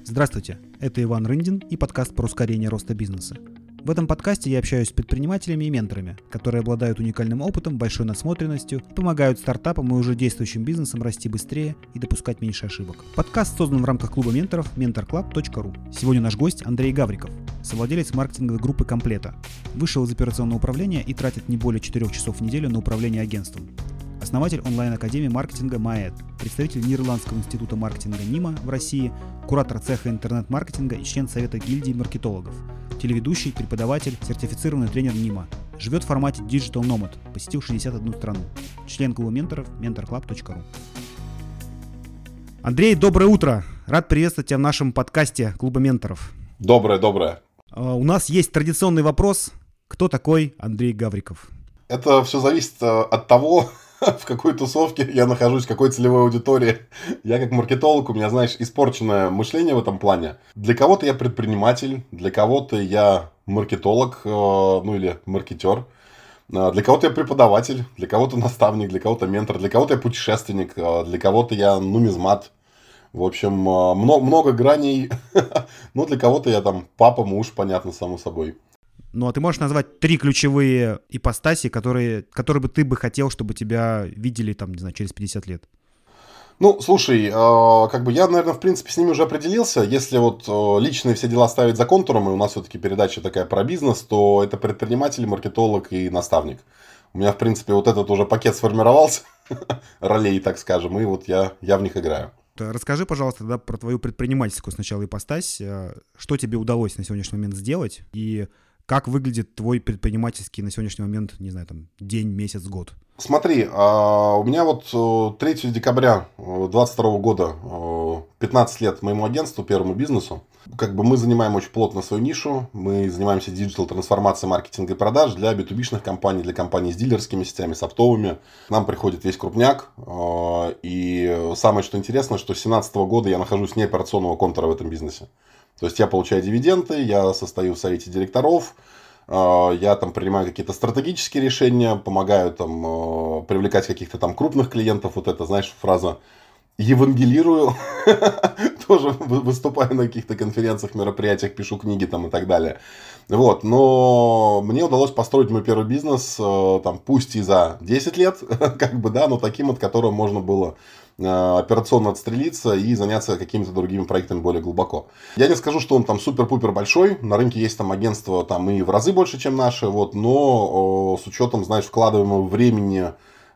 Здравствуйте, это Иван Рындин и подкаст про ускорение роста бизнеса. В этом подкасте я общаюсь с предпринимателями и менторами, которые обладают уникальным опытом, большой насмотренностью и помогают стартапам и уже действующим бизнесам расти быстрее и допускать меньше ошибок. Подкаст создан в рамках клуба менторов mentorclub.ru. Сегодня наш гость Андрей Гавриков, совладелец маркетинговой группы «Комплета». Вышел из операционного управления и тратит не более 4 часов в неделю на управление агентством. Основатель онлайн-академии маркетинга МАЭД, представитель Нидерландского института маркетинга НИМА в России, куратор цеха интернет-маркетинга и член совета гильдии маркетологов, телеведущий, преподаватель, сертифицированный тренер НИМА. Живет в формате Digital Nomad, посетил 61 страну. Член клуба менторов mentorclub.ru. Андрей, доброе утро! Рад приветствовать тебя в нашем подкасте клуба менторов. Доброе. У нас есть традиционный вопрос. Кто такой Андрей Гавриков? Это все зависит от того, в какой тусовке я нахожусь, в какой целевой аудитории. Я как маркетолог, у меня, знаешь, испорченное мышление в этом плане. Для кого-то я предприниматель, для кого-то я маркетолог, или маркетер. Для кого-то я преподаватель, для кого-то наставник, для кого-то ментор, для кого-то я путешественник, для кого-то я нумизмат. В общем, много граней. Ну, для кого-то я там папа, муж, понятно, само собой. Ну, а ты можешь назвать 3 ключевые ипостаси, которые бы ты бы хотел, чтобы тебя видели, там, не знаю, через 50 лет? Ну, слушай, я, наверное, в принципе, с ними уже определился. Если вот личные все дела ставить за контуром, и у нас все-таки передача такая про бизнес, то это предприниматель, маркетолог и наставник. У меня, в принципе, вот этот уже пакет сформировался, ролей, так скажем, и вот я в них играю. Расскажи, пожалуйста, тогда про твою предпринимательскую сначала ипостась. Что тебе удалось на сегодняшний момент сделать? И как выглядит твой предпринимательский на сегодняшний момент, не знаю, там, день, месяц, год? Смотри, у меня вот 3 декабря 2022 года 15 лет моему агентству, первому бизнесу. Как бы мы занимаем очень плотно свою нишу. Мы занимаемся диджитал-трансформацией маркетинга и продаж для B2B-шных компаний, для компаний с дилерскими сетями, софтовыми. К нам приходит весь крупняк. И самое, что интересно, что с 2017 года я нахожусь вне операционного контура в этом бизнесе. То есть я получаю дивиденды, я состою в совете директоров, я там принимаю какие-то стратегические решения, помогаю там привлекать каких-то там крупных клиентов. Вот это, знаешь, фраза «евангелирую», тоже выступаю на каких-то конференциях, мероприятиях, пишу книги там и так далее. Вот, но мне удалось построить мой первый бизнес, там, пусть и за 10 лет, но таким, от которого можно было операционно отстрелиться и заняться какими-то другими проектами более глубоко. Я не скажу, что он там супер-пупер большой, на рынке есть там агентства там и в разы больше, чем наши, вот, но с учетом, знаешь, вкладываемого времени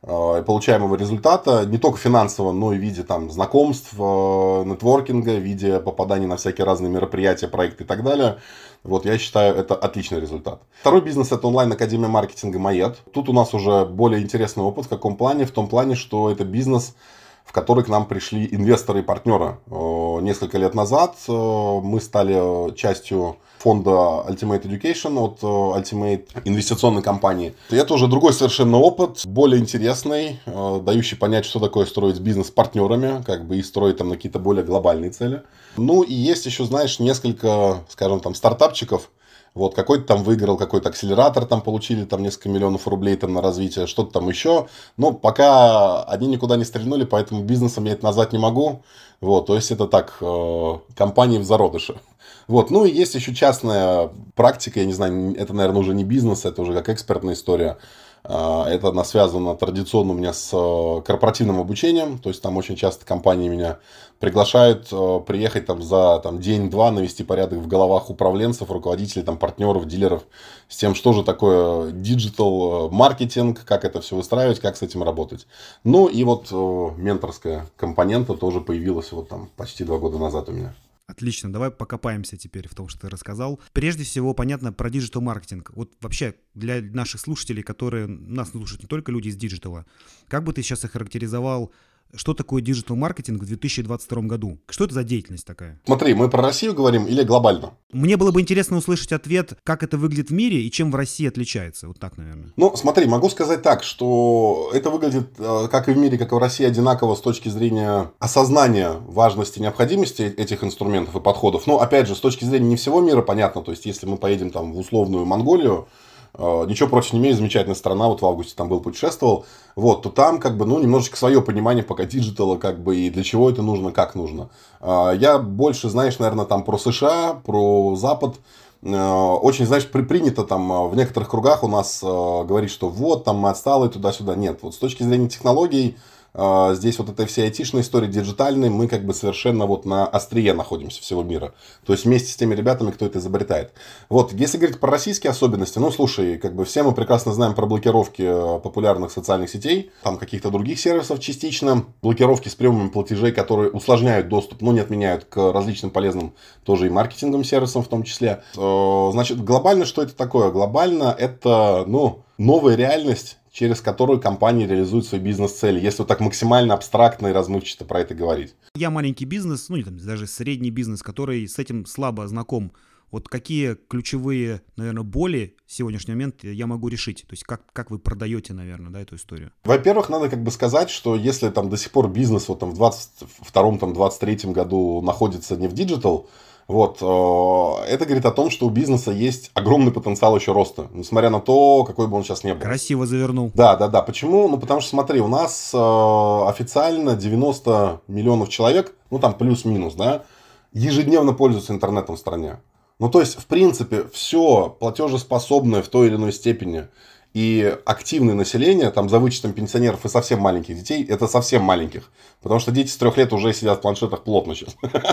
и получаемого результата, не только финансово, но и в виде там знакомств, нетворкинга, в виде попаданий на всякие разные мероприятия, проекты и так далее. Вот, я считаю, это отличный результат. Второй бизнес – это онлайн-академия маркетинга МАЭД. Тут у нас уже более интересный опыт. В каком плане? В том плане, что это бизнес, в который к нам пришли инвесторы и партнеры. Несколько лет назад мы стали частью фонда Ultimate Education от Ultimate инвестиционной компании. И это уже другой совершенно опыт, более интересный, дающий понять, что такое строить бизнес с партнерами, и строить там на какие-то более глобальные цели. Ну и есть еще, знаешь, несколько, скажем, там стартапчиков. Вот, какой-то там выиграл, какой-то акселератор там получили, там несколько миллионов рублей там на развитие, что-то там еще. Но пока они никуда не стрельнули, поэтому бизнесом я это назвать не могу. Вот, то есть это так, компании в зародыше. Вот, ну и есть еще частная практика, я не знаю, это, наверное, уже не бизнес, это уже как экспертная история. Это она связана традиционно у меня с корпоративным обучением, то есть там очень часто компании меня приглашают приехать там за день-два, навести порядок в головах управленцев, руководителей, там, партнеров, дилеров, с тем, что же такое диджитал маркетинг, как это все выстраивать, как с этим работать. Ну и вот менторская компонента тоже появилась вот там почти 2 года назад у меня. Отлично, давай покопаемся теперь в том, что ты рассказал. Прежде всего, понятно, про диджитал-маркетинг. Вот вообще для наших слушателей, которые нас слушают не только люди из диджитала, как бы ты сейчас охарактеризовал, что такое диджитал-маркетинг в 2022 году? Что это за деятельность такая? Смотри, мы про Россию говорим или глобально? Мне было бы интересно услышать ответ, как это выглядит в мире и чем в России отличается. Вот так, наверное. Ну, смотри, могу сказать так, что это выглядит как и в мире, как и в России одинаково с точки зрения осознания важности и необходимости этих инструментов и подходов. Но, опять же, с точки зрения не всего мира, понятно, то есть, если мы поедем там в условную Монголию, ничего против не имею, замечательная страна, вот в августе там был, путешествовал, вот, то там как бы, ну, немножечко свое понимание пока диджитала, как бы, и для чего это нужно, как нужно. Я больше, знаешь, наверное, там про США, про Запад. Очень, знаешь, принято там в некоторых кругах у нас говорить, что вот, там мы отсталые, туда-сюда. Нет, вот с точки зрения технологий, здесь вот этой всей айтишной истории, диджитальной, мы как бы совершенно вот на острие находимся всего мира. То есть вместе с теми ребятами, кто это изобретает. Вот, если говорить про российские особенности, ну, слушай, как бы все мы прекрасно знаем про блокировки популярных социальных сетей, там каких-то других сервисов частично, блокировки с приемами платежей, которые усложняют доступ, но не отменяют к различным полезным тоже и маркетинговым сервисам в том числе. Значит, глобально что это такое? Глобально это, ну, новая реальность, через которую компании реализуют свои бизнес-цели, если вот так максимально абстрактно и размывчато про это говорить. Я маленький бизнес, ну, или там даже средний бизнес, который с этим слабо знаком. Вот какие ключевые, наверное, боли в сегодняшний момент я могу решить? То есть как вы продаете, наверное, да, эту историю? Во-первых, надо как бы сказать, что если там до сих пор бизнес вот там в 22-23 году находится не в диджитал, вот, это говорит о том, что у бизнеса есть огромный потенциал еще роста, несмотря на то, какой бы он сейчас ни был. Красиво завернул. Да. Почему? Ну, потому что, смотри, у нас официально 90 миллионов человек, ну, там плюс-минус, да, ежедневно пользуются интернетом в стране. Ну, то есть, в принципе, все платежеспособное в той или иной степени и активное население, там, за вычетом пенсионеров и совсем маленьких детей, это совсем маленьких. Потому что дети с 3 лет уже сидят в планшетах плотно сейчас.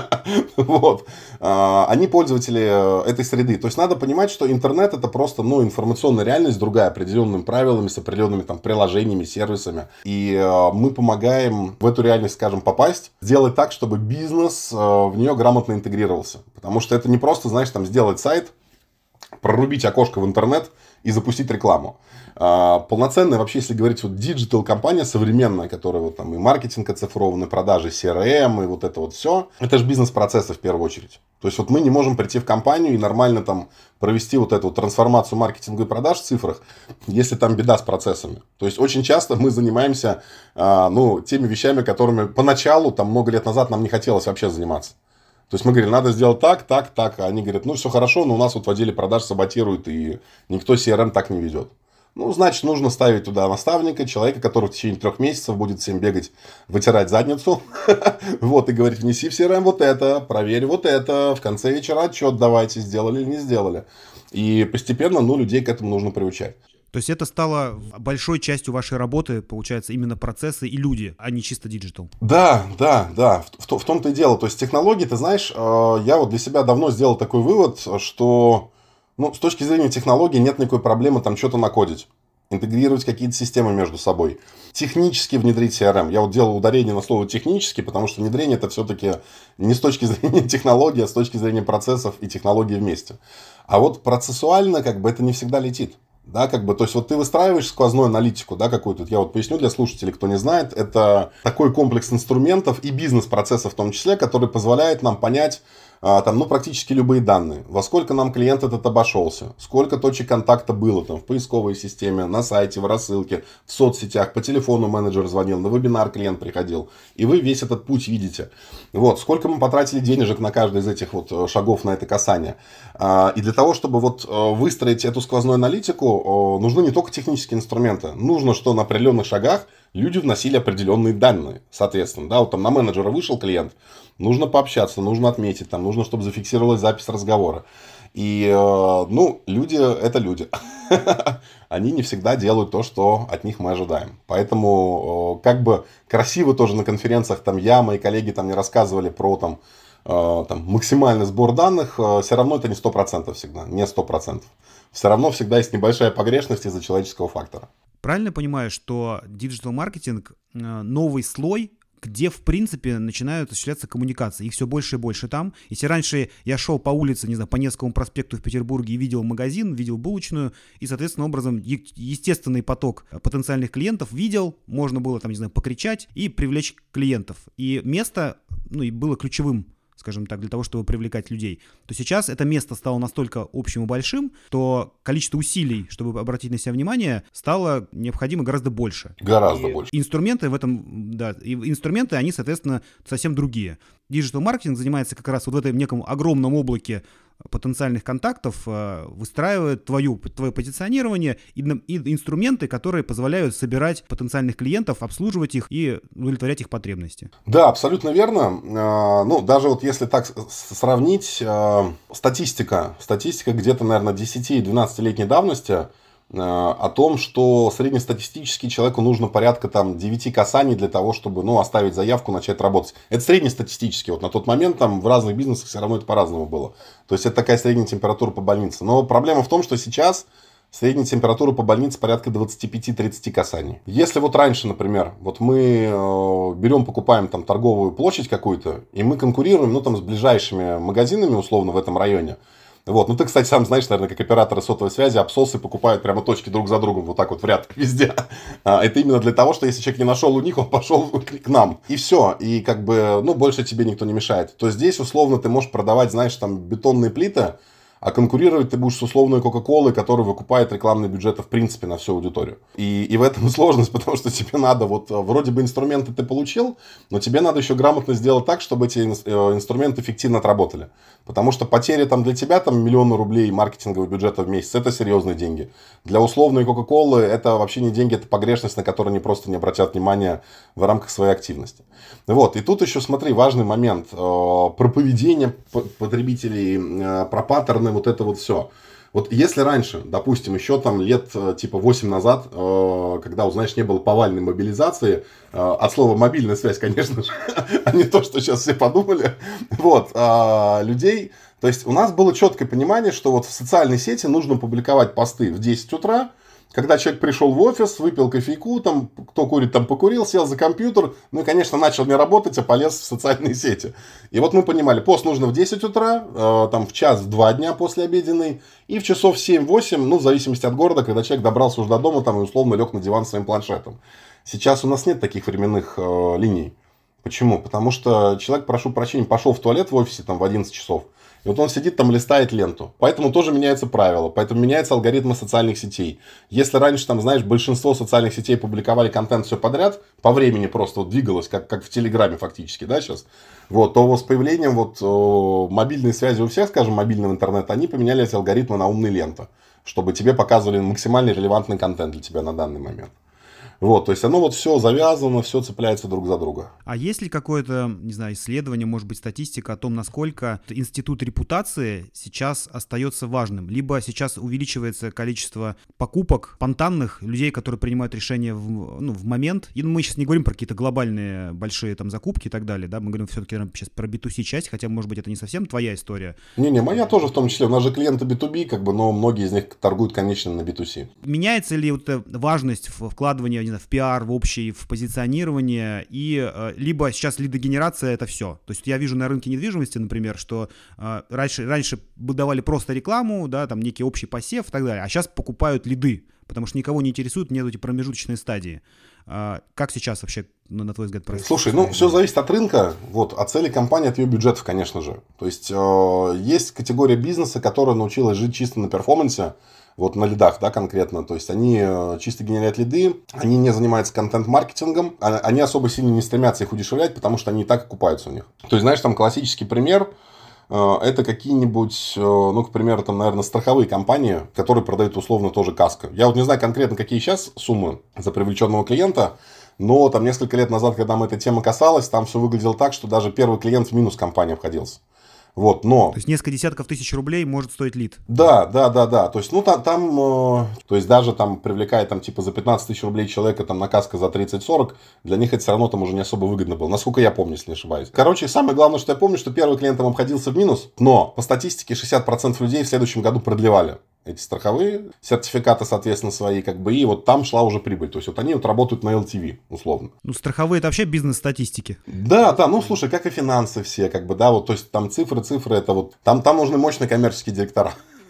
Вот. Они пользователи этой среды. То есть, надо понимать, что интернет это просто, ну, информационная реальность, другая, определенными правилами, с определенными там приложениями, сервисами. И мы помогаем в эту реальность, скажем, попасть, сделать так, чтобы бизнес в нее грамотно интегрировался. Потому что это не просто, знаешь, там, сделать сайт, прорубить окошко в интернет и запустить рекламу. Полноценная, вообще, если говорить, вот диджитал-компания современная, которая вот там и маркетинг оцифрован, и продажи CRM, и вот это вот все, это же бизнес-процессы в первую очередь. То есть, вот мы не можем прийти в компанию и нормально там провести вот эту вот трансформацию маркетинга и продаж в цифрах, если там беда с процессами. То есть, очень часто мы занимаемся, ну, теми вещами, которыми поначалу, там, много лет назад нам не хотелось вообще заниматься. То есть мы говорили, надо сделать так. А они говорят, ну все хорошо, но у нас вот в отделе продаж саботируют, и никто CRM так не ведет. Ну, значит, нужно ставить туда наставника, человека, который в течение 3 месяцев будет всем бегать, вытирать задницу, вот, и говорить, внеси в CRM вот это, проверь вот это, в конце вечера отчет давайте, сделали или не сделали. И постепенно, ну, людей к этому нужно приучать. То есть это стало большой частью вашей работы, получается, именно процессы и люди, а не чисто диджитал. Да. В том-то и дело. То есть технологии, ты знаешь, я вот для себя давно сделал такой вывод, что, ну, с точки зрения технологий нет никакой проблемы там что-то накодить, интегрировать какие-то системы между собой, технически внедрить CRM. Я вот делал ударение на слово технически, потому что внедрение это все-таки не с точки зрения технологий, а с точки зрения процессов и технологий вместе. А вот процессуально как бы это не всегда летит. Да, как бы, то есть, вот ты выстраиваешь сквозную аналитику, да, какую-то, я вот поясню для слушателей, кто не знает, это такой комплекс инструментов и бизнес-процессов в том числе, который позволяет нам понять, там, ну, практически любые данные. Во сколько нам клиент этот обошелся, сколько точек контакта было там в поисковой системе, на сайте, в рассылке, в соцсетях, по телефону менеджер звонил, на вебинар клиент приходил. И вы весь этот путь видите. Вот, сколько мы потратили денежек на каждый из этих вот шагов на это касание. И для того, чтобы вот выстроить эту сквозную аналитику, нужны не только технические инструменты. Нужно, что на определенных шагах люди вносили определенные данные, соответственно. Да, вот там на менеджера вышел клиент, нужно пообщаться, нужно отметить, там, нужно, чтобы зафиксировалась запись разговора. И, ну, люди – это люди. Они не всегда делают то, что от них мы ожидаем. Поэтому, как бы красиво тоже на конференциях, там, мои коллеги там не рассказывали про там максимальный сбор данных, все равно это не 100% всегда, не 100%. Все равно всегда есть небольшая погрешность из-за человеческого фактора. Правильно понимаю, что диджитал-маркетинг – новый слой, где, в принципе, начинают осуществляться коммуникации. Их все больше и больше там. Если раньше я шел по улице, не знаю, по Невскому проспекту в Петербурге и видел магазин, видел булочную, и, соответственно, образом, естественный поток потенциальных клиентов видел, можно было, там, не знаю, покричать и привлечь клиентов. И место, ну, и было ключевым, скажем так, для того, чтобы привлекать людей, то сейчас это место стало настолько общим и большим, что количество усилий, чтобы обратить на себя внимание, стало необходимо гораздо больше. Гораздо больше. Инструменты в этом, да, и инструменты, они, соответственно, совсем другие. диджитал-маркетинг занимается как раз вот в этом неком огромном облаке потенциальных контактов, выстраивает твое позиционирование и инструменты, которые позволяют собирать потенциальных клиентов, обслуживать их и удовлетворять их потребности. Да, абсолютно верно. Ну, даже вот если так сравнить, статистика где-то, наверное, 10-12-летней давности о том, что среднестатистически человеку нужно порядка там 9 касаний для того, чтобы, ну, оставить заявку, начать работать. Это среднестатистически. Вот на тот момент там в разных бизнесах все равно это по-разному было. То есть это такая средняя температура по больнице. Но проблема в том, что сейчас средняя температура по больнице порядка 25-30 касаний. Если вот раньше, например, вот мы берем, покупаем там торговую площадь какую-то, и мы конкурируем, ну, там, с ближайшими магазинами, условно, в этом районе. Вот. Ну, ты, кстати, сам знаешь, наверное, как операторы сотовой связи, абсосы покупают прямо точки друг за другом, вот так вот в ряд везде. Это именно для того, что если человек не нашел у них, он пошел к нам. И все. И как бы, ну, больше тебе никто не мешает. То здесь, условно, ты можешь продавать, знаешь, там, бетонные плиты, а конкурировать ты будешь с условной Кока-Колой, которая выкупает рекламные бюджеты в принципе на всю аудиторию. И в этом сложность, потому что тебе надо, вот вроде бы инструменты ты получил, но тебе надо еще грамотно сделать так, чтобы эти инструменты эффективно отработали. Потому что потери там для тебя там миллионы рублей маркетингового бюджета в месяц, это серьезные деньги. Для условной Кока-Колы это вообще не деньги, это погрешность, на которую они просто не обратят внимания в рамках своей активности. Вот. И тут еще, смотри, важный момент. Про поведение потребителей, про паттерны, вот это вот все. Вот если раньше, допустим, еще там лет типа 8 назад, когда, знаешь, не было повальной мобилизации, от слова мобильная связь, конечно же, а не то, что сейчас все подумали, вот, людей, то есть у нас было четкое понимание, что вот в социальной сети нужно публиковать посты в 10 утра, когда человек пришел в офис, выпил кофейку, там, кто курит, там покурил, сел за компьютер, ну и, конечно, начал не работать, а полез в социальные сети. И вот мы понимали, пост нужно в 10 утра, там, в час, в 2 дня после обеденной, и в часов 7-8, ну, в зависимости от города, когда человек добрался уже до дома, там, и условно лег на диван своим планшетом. Сейчас у нас нет таких временных линий. Почему? Потому что человек, прошу прощения, пошел в туалет в офисе там в 11 часов, и вот он сидит там, листает ленту. Поэтому тоже меняются правила. Поэтому меняются алгоритмы социальных сетей. Если раньше, там, знаешь, большинство социальных сетей публиковали контент все подряд, по времени просто вот двигалось, как в Телеграме фактически, да, сейчас, вот, то с появлением вот мобильной связи у всех, скажем, мобильного интернета, они поменяли эти алгоритмы на умные ленты, чтобы тебе показывали максимально релевантный контент для тебя на данный момент. Вот, то есть оно вот все завязано, все цепляется друг за друга. А есть ли какое-то, не знаю, исследование, может быть, статистика о том, насколько институт репутации сейчас остается важным? Либо сейчас увеличивается количество покупок спонтанных людей, которые принимают решения в момент. И мы сейчас не говорим про какие-то глобальные большие там закупки и так далее, да, мы говорим все-таки сейчас про B2C часть, хотя, может быть, это не совсем твоя история. Не-не, моя тоже в том числе. У нас же клиенты B2B, как бы, но многие из них торгуют, конечно, на B2C. Меняется ли вот эта важность вкладывания, не знаю, в пиар, в общий, в позиционирование, и либо сейчас лидогенерация — это все. То есть я вижу на рынке недвижимости, например, что раньше давали просто рекламу, да, там некий общий посев и так далее, а сейчас покупают лиды, потому что никого не интересуют, нет эти промежуточные стадии. Как сейчас вообще, на твой взгляд, происходит? Слушай, ну все зависит от рынка, вот, от цели компании, от ее бюджетов, конечно же. То есть есть категория бизнеса, которая научилась жить чисто на перформансе, вот на лидах, да, конкретно. То есть они чисто генерят лиды, они не занимаются контент-маркетингом, они особо сильно не стремятся их удешевлять, потому что они и так окупаются у них. То есть, знаешь, там классический пример. Это какие-нибудь, ну, к примеру, там, наверное, страховые компании, которые продают условно тоже каско. Я вот не знаю конкретно, какие сейчас суммы за привлеченного клиента, но там несколько лет назад, когда мы этой темы касалась, там все выглядело так, что даже первый клиент в минус компании обходился. Вот, но... То есть несколько десятков тысяч рублей может стоить лид. Да. То есть, ну, то есть даже там привлекая там типа за 15 тысяч рублей человека там на каско за 30-40, для них это все равно там уже не особо выгодно было. Насколько я помню, если не ошибаюсь. Короче, самое главное, что я помню, что первый клиент там обходился в минус, но по статистике 60% людей в следующем году продлевали эти страховые сертификаты, соответственно, свои, как бы, и вот там шла уже прибыль. То есть, вот они вот работают на LTV, условно. Ну, страховые — это вообще бизнес-статистики. Да, ну, слушай, как и финансы все, как бы, да, вот, то есть, там цифры, это вот, там нужны мощные коммерческие директора.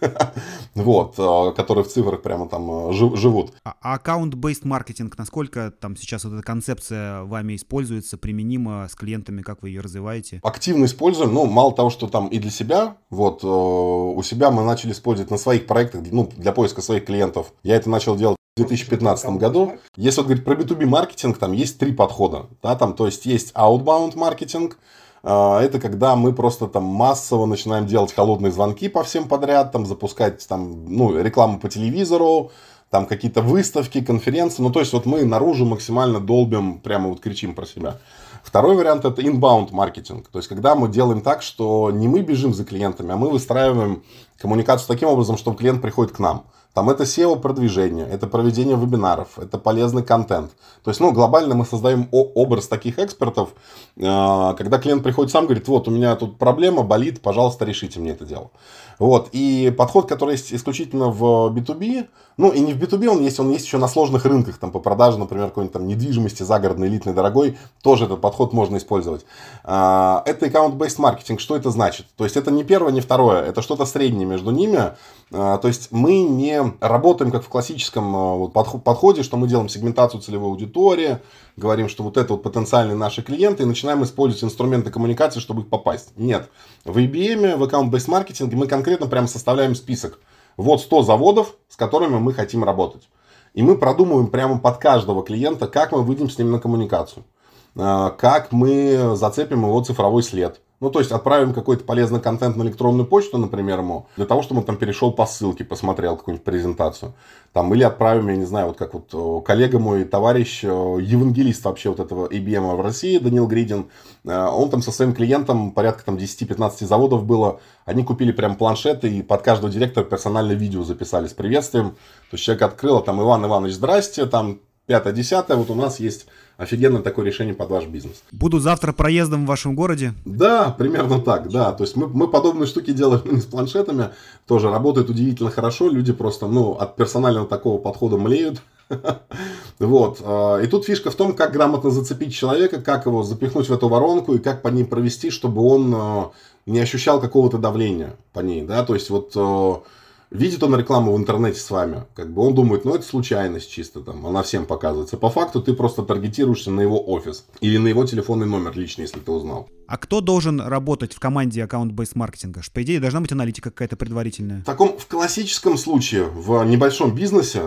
Вот, которые в цифрах прямо там живут. А аккаунт-бейст маркетинг, насколько там сейчас вот эта концепция вами используется, применима с клиентами, как вы ее развиваете? Активно используем, ну, мало того, что там и для себя, вот, у себя мы начали использовать на своих проектах, ну, для поиска своих клиентов. Я это начал делать в 2015 году. Если вот говорить про B2B маркетинг, там есть 3 подхода, да, там, то есть outbound маркетинг, Это когда мы просто там массово начинаем делать холодные звонки по всем подряд, там запускать там, ну, рекламу по телевизору, там какие-то выставки, конференции. Ну, то есть, вот мы наружу максимально долбим, прямо вот кричим про себя. Второй вариант – это inbound маркетинг. То есть, когда мы делаем так, что не мы бежим за клиентами, а мы выстраиваем коммуникацию таким образом, чтобы клиент приходит к нам. Там это SEO-продвижение, это проведение вебинаров, это полезный контент. То есть, ну, глобально мы создаем образ таких экспертов, когда клиент приходит сам, говорит, вот, у меня тут проблема, болит, пожалуйста, решите мне это дело. Вот, и подход, который есть исключительно в B2B, ну, и не в B2B он есть еще на сложных рынках, там, по продаже, например, какой-нибудь там недвижимости загородной, элитной, дорогой, тоже этот подход можно использовать. Это account-based маркетинг, что это значит? То есть, это не первое, не второе, это что-то среднее между ними. То есть, мы не работаем как в классическом подходе, что мы делаем сегментацию целевой аудитории, говорим, что вот это вот потенциальные наши клиенты, и начинаем использовать инструменты коммуникации, чтобы их попасть. Нет. В IBM, в account-based маркетинге мы конкретно прямо составляем список. Вот 100 заводов, с которыми мы хотим работать. И мы продумываем прямо под каждого клиента, как мы выйдем с ним на коммуникацию. Как мы зацепим его цифровой след. Ну, то есть, отправим какой-то полезный контент на электронную почту, например, ему, для того, чтобы он там перешел по ссылке, посмотрел какую-нибудь презентацию. Там, или отправим, я не знаю, вот как вот коллега мой, товарищ, евангелист вообще вот этого IBM в России, Данил Гридин, он там со своим клиентом, порядка там 10-15 заводов было, они купили прям планшеты и под каждого директора персональное видео записали с приветствием. То есть, человек открыл, там, Иван Иванович, здрасте, там, 5-10, вот у нас есть офигенное такое решение под ваш бизнес. Буду завтра проездом в вашем городе? Да, примерно так, да. То есть мы подобные штуки делаем не с планшетами, тоже работает удивительно хорошо, люди просто, ну, от персонального такого подхода млеют. Вот. И тут фишка в том, как грамотно зацепить человека, как его запихнуть в эту воронку и как по ней провести, чтобы он не ощущал какого-то давления по ней, да, то есть вот... Видит он рекламу в интернете с вами, как бы он думает, ну это случайность чисто, там, она всем показывается. По факту ты просто таргетируешься на его офис или на его телефонный номер лично, если ты узнал. А кто должен работать в команде account-based маркетинга? По идее, должна быть аналитика какая-то предварительная. В классическом случае, в небольшом бизнесе,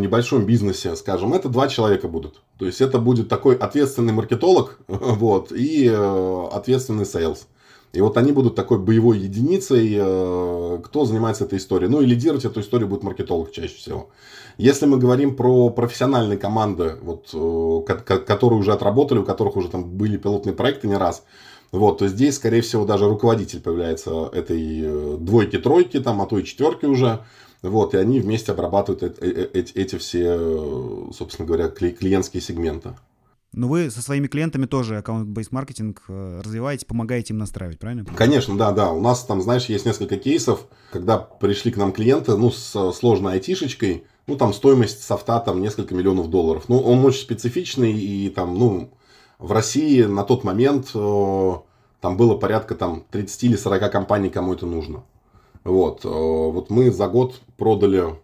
скажем, это 2 человека будут. То есть это будет такой ответственный маркетолог, вот, и ответственный сейлс. И вот они будут такой боевой единицей, кто занимается этой историей. Ну и лидировать эту историю будет маркетолог чаще всего. Если мы говорим про профессиональные команды, вот, которые уже отработали, у которых уже там были пилотные проекты не раз, вот, то здесь, скорее всего, даже руководитель появляется этой 2-3, там, а то и 4 уже. Вот, и они вместе обрабатывают эти все, собственно говоря, клиентские сегменты. Но вы со своими клиентами тоже аккаунт-бейс маркетинг развиваете, помогаете им настраивать, правильно? Конечно, да. У нас там, знаешь, есть несколько кейсов, когда пришли к нам клиенты, ну, с сложной айтишечкой, ну, там стоимость софта там несколько миллионов долларов. Ну, он очень специфичный, и там, ну, в России на тот момент там было порядка там 30 или 40 компаний, кому это нужно. Вот мы за год продали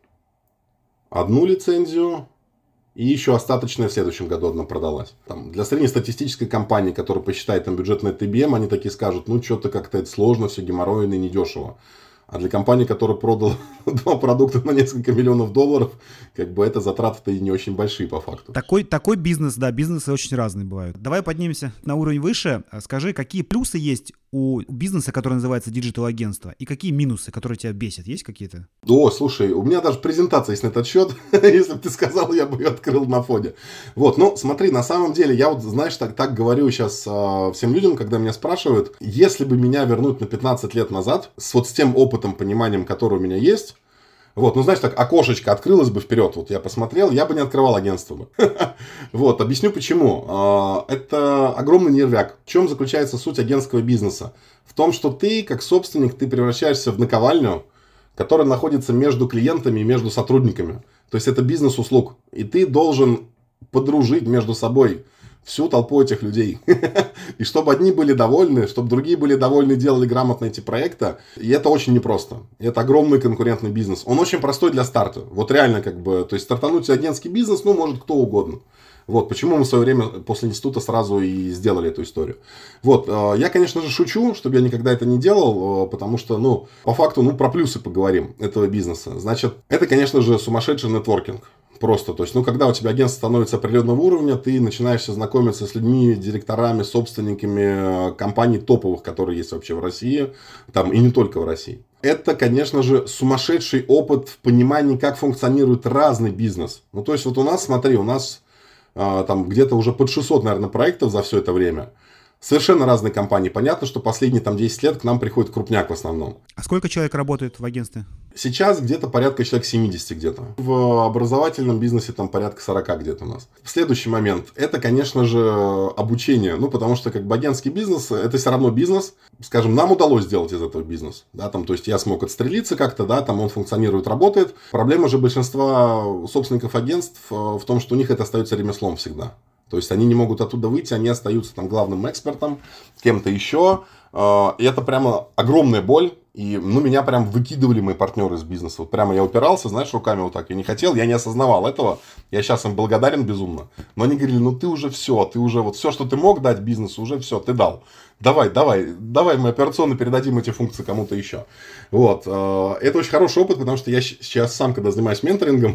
1 лицензию, и еще остаточная в следующем году одна продалась. Там, для среднестатистической компании, которая посчитает там бюджет на IBM, они такие скажут, ну что-то как-то это сложно, все геморройно и недешево. А для компании, которая продала 2 продукта на несколько миллионов долларов, как бы это затраты-то и не очень большие по факту. Такой бизнес, да, бизнесы очень разные бывают. Давай поднимемся на уровень выше. Скажи, какие плюсы есть у бизнеса, который называется диджитал-агентство, и какие минусы, которые тебя бесят? Есть какие-то? О, слушай, у меня даже презентация есть на этот счет. Если бы ты сказал, я бы ее открыл на фоне. Вот, ну смотри, на самом деле, я вот, знаешь, так говорю сейчас всем людям, когда меня спрашивают, если бы меня вернуть на 15 лет назад, вот с тем опытом, пониманием, который у меня есть, вот, ну, знаешь, так окошечко открылось бы вперед, вот я посмотрел, я бы не открывал агентство бы. Вот, объясню почему. Это огромный нервяк. В чем заключается суть агентского бизнеса? В том, что ты, как собственник, ты превращаешься в наковальню, которая находится между клиентами и между сотрудниками. То есть, это бизнес услуг. И ты должен подружить между собой всю толпу этих людей. И чтобы одни были довольны, чтобы другие были довольны, делали грамотно эти проекты. И это очень непросто. И это огромный конкурентный бизнес. Он очень простой для старта. Вот реально как бы, то есть стартануть агентский бизнес, ну, может кто угодно. Вот, почему мы в свое время после института сразу и сделали эту историю. Вот, я, конечно же, шучу, чтобы я никогда это не делал, потому что, ну, по факту, ну, про плюсы поговорим этого бизнеса. Значит, это, конечно же, сумасшедший нетворкинг. Просто, то есть, ну, когда у тебя агентство становится определенного уровня, ты начинаешь знакомиться с людьми, директорами, собственниками компаний топовых, которые есть вообще в России, там, и не только в России. Это, конечно же, сумасшедший опыт в понимании, как функционирует разный бизнес. Ну, то есть, вот у нас, смотри, у нас там где-то уже под 600, наверное, проектов за все это время. Совершенно разные компании. Понятно, что последние там 10 лет к нам приходит крупняк в основном. А сколько человек работает в агентстве? Сейчас где-то порядка человек 70 где-то. В образовательном бизнесе там порядка 40 где-то у нас. Следующий момент. Это, конечно же, обучение. Ну, потому что как бы агентский бизнес, это все равно бизнес. Скажем, нам удалось сделать из этого бизнес. Да, там, то есть, я смог отстрелиться как-то, да, там он функционирует, работает. Проблема же большинства собственников агентств в том, что у них это остается ремеслом всегда. То есть, они не могут оттуда выйти, они остаются там главным экспертом, кем-то еще. И это прямо огромная боль. И, ну, меня прям выкидывали мои партнеры из бизнеса. Вот прямо я упирался, знаешь, руками вот так. Я не хотел, я не осознавал этого. Я сейчас им благодарен безумно. Но они говорили, ну, ты уже все, ты уже вот все, что ты мог дать бизнесу, уже все, ты дал. Давай, мы операционно передадим эти функции кому-то еще. Вот. Это очень хороший опыт, потому что я сейчас сам, когда занимаюсь менторингом,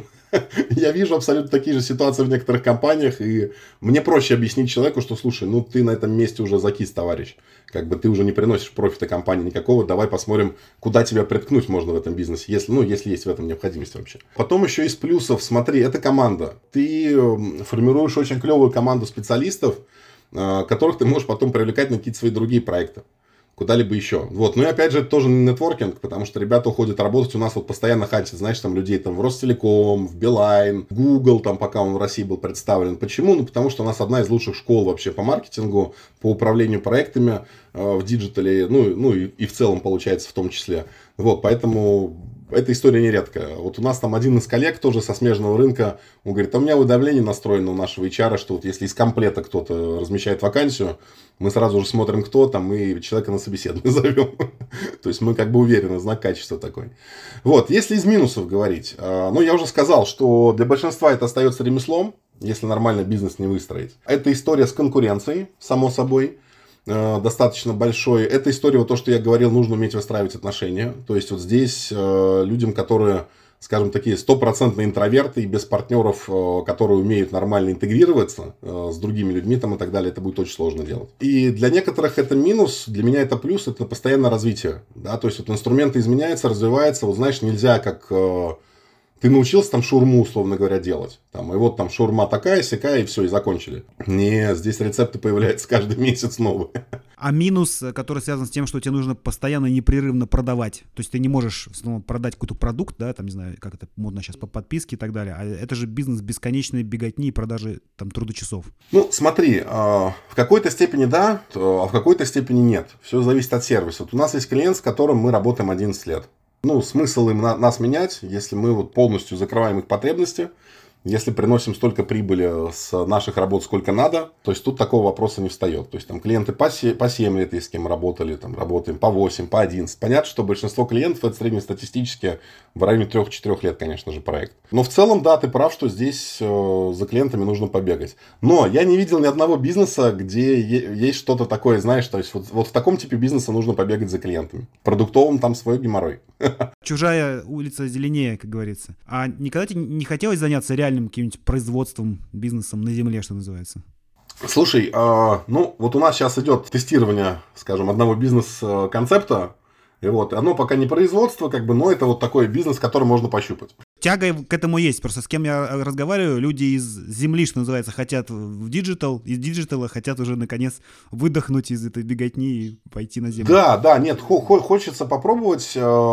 я вижу абсолютно такие же ситуации в некоторых компаниях, и мне проще объяснить человеку, что, слушай, ну ты на этом месте уже закис, товарищ. Как бы ты уже не приносишь профита компании никакого, давай посмотрим, куда тебя приткнуть можно в этом бизнесе, если есть в этом необходимость вообще. Потом еще из плюсов, смотри, это команда. Ты формируешь очень клевую команду специалистов, которых ты можешь потом привлекать на какие-то свои другие проекты. Куда-либо еще. Вот. Ну и опять же, это тоже не нетворкинг, потому что ребята уходят работать. У нас вот постоянно хантят, знаешь, там людей там в Ростелеком, в Билайн, в Google, там пока он в России был представлен. Почему? Ну потому что у нас одна из лучших школ вообще по маркетингу, по управлению проектами в диджитале, ну и в целом получается в том числе. Вот, поэтому эта история нередкая. Вот у нас там один из коллег тоже со смежного рынка, он говорит, а у меня давление настроено у нашего HR, что вот если из комплета кто-то размещает вакансию, мы сразу же смотрим, кто там, и человека на собеседование зовем. То есть мы как бы уверены, знак качества такой. Вот, если из минусов говорить, ну я уже сказал, что для большинства это остается ремеслом, если нормально бизнес не выстроить. Это история с конкуренцией, само собой, достаточно большой. Это история, вот то, что я говорил, нужно уметь выстраивать отношения. То есть вот здесь людям, которые, скажем, такие стопроцентные интроверты и без партнеров, которые умеют нормально интегрироваться с другими людьми там и так далее, это будет очень сложно делать. И для некоторых это минус, для меня это плюс, это постоянное развитие. Да? То есть вот инструменты изменяются, развиваются. Вот знаешь, нельзя как... Ты научился там шаурму, условно говоря, делать. Там, и вот там шаурма такая, сякая, и все, и закончили. Не, здесь рецепты появляются каждый месяц новые. А минус, который связан с тем, что тебе нужно постоянно непрерывно продавать. То есть ты не можешь снова продать какой-то продукт, да, там, не знаю, как это модно сейчас, по подписке и так далее. А это же бизнес бесконечной беготни и продажи там трудочасов. Ну, смотри, в какой-то степени да, а в какой-то степени нет. Все зависит от сервиса. Вот у нас есть клиент, с которым мы работаем 11 лет. Ну, смысл им нас менять, если мы вот полностью закрываем их потребности, если приносим столько прибыли с наших работ, сколько надо, то есть тут такого вопроса не встает. То есть там клиенты по 7 лет, с кем работали, там работаем по 8, по 11. Понятно, что большинство клиентов это среднестатистически в районе 3-4 лет, конечно же, проект. Но в целом, да, ты прав, что здесь за клиентами нужно побегать. Но я не видел ни одного бизнеса, где есть что-то такое, знаешь, то есть вот в таком типе бизнеса нужно побегать за клиентами. В продуктовом там свой геморрой. Чужая улица зеленее, как говорится. А никогда тебе не хотелось заняться реальным каким-нибудь производством, бизнесом на земле, что называется? Слушай, ну вот у нас сейчас идет тестирование, скажем, одного бизнес-концепта. И вот, оно пока не производство, как бы, но это вот такой бизнес, который можно пощупать. Тяга к этому есть. Просто с кем я разговариваю, люди из земли, что называется, хотят в диджитал, из диджитала хотят уже, наконец, выдохнуть из этой беготни и пойти на землю. Да, нет, хочется попробовать.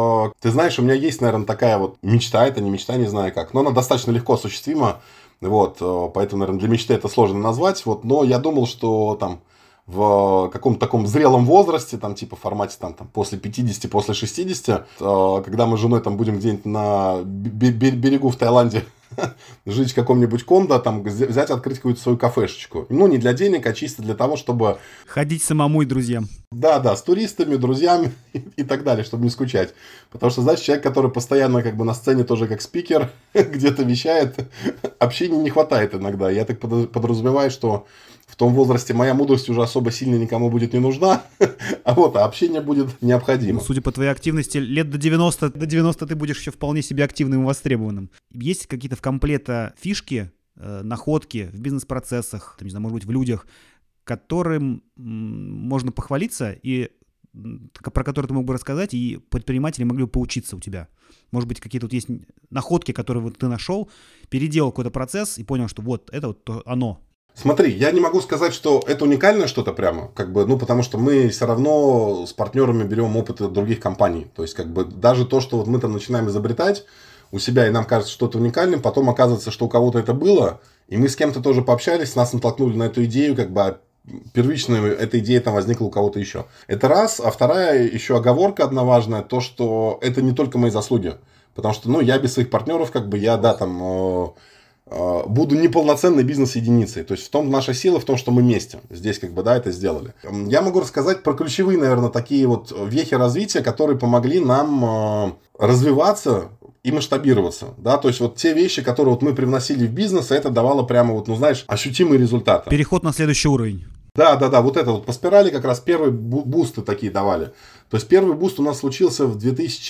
Ты знаешь, у меня есть, наверное, такая вот мечта, это не мечта, не знаю как, но она достаточно легко осуществима. Вот, поэтому, наверное, для мечты это сложно назвать. Вот, но я думал, что там в каком-то таком зрелом возрасте, там типа в формате там после 50, после 60, когда мы с женой там будем где-нибудь на берегу в Таиланде жить в каком-нибудь кондо, там взять, открыть какую-то свою кафешечку. Ну, не для денег, а чисто для того, чтобы... Ходить самому и друзьям. Да, с туристами, друзьями и так далее, чтобы не скучать. Потому что, знаешь, человек, который постоянно как бы на сцене тоже как спикер где-то вещает, общения не хватает иногда. Я так подразумеваю, что в том возрасте моя мудрость уже особо сильно никому будет не нужна, а общение будет необходимо. Судя по твоей активности, лет до 90 ты будешь еще вполне себе активным и востребованным. Есть какие-то в комплекте фишки, находки в бизнес-процессах, не знаю, может быть, в людях, которым можно похвалиться и про которые ты мог бы рассказать, и предприниматели могли бы поучиться у тебя? Может быть, какие-то есть находки, которые ты нашел, переделал какой-то процесс и понял, что вот это вот оно. Смотри, я не могу сказать, что это уникальное что-то прямо, потому что мы все равно с партнерами берем опыт от других компаний. То есть, даже то, что вот мы там начинаем изобретать у себя, и нам кажется что-то уникальным, потом оказывается, что у кого-то это было, и мы с кем-то тоже пообщались, нас натолкнули на эту идею, первичная эта идея там возникла у кого-то еще. Это раз. А вторая еще оговорка одна важная, то, что это не только мои заслуги. Потому что, я без своих партнеров, буду неполноценной бизнес-единицей. То есть, в том наша сила, в том, что мы вместе здесь, это сделали. Я могу рассказать про ключевые, наверное, такие вот вехи развития, которые помогли нам развиваться и масштабироваться. Да? То есть, вот те вещи, которые вот мы привносили в бизнес, это давало прямо, ощутимые результаты. Переход на следующий уровень. Да, вот это вот по спирали как раз первые бусты такие давали. То есть, первый буст у нас случился в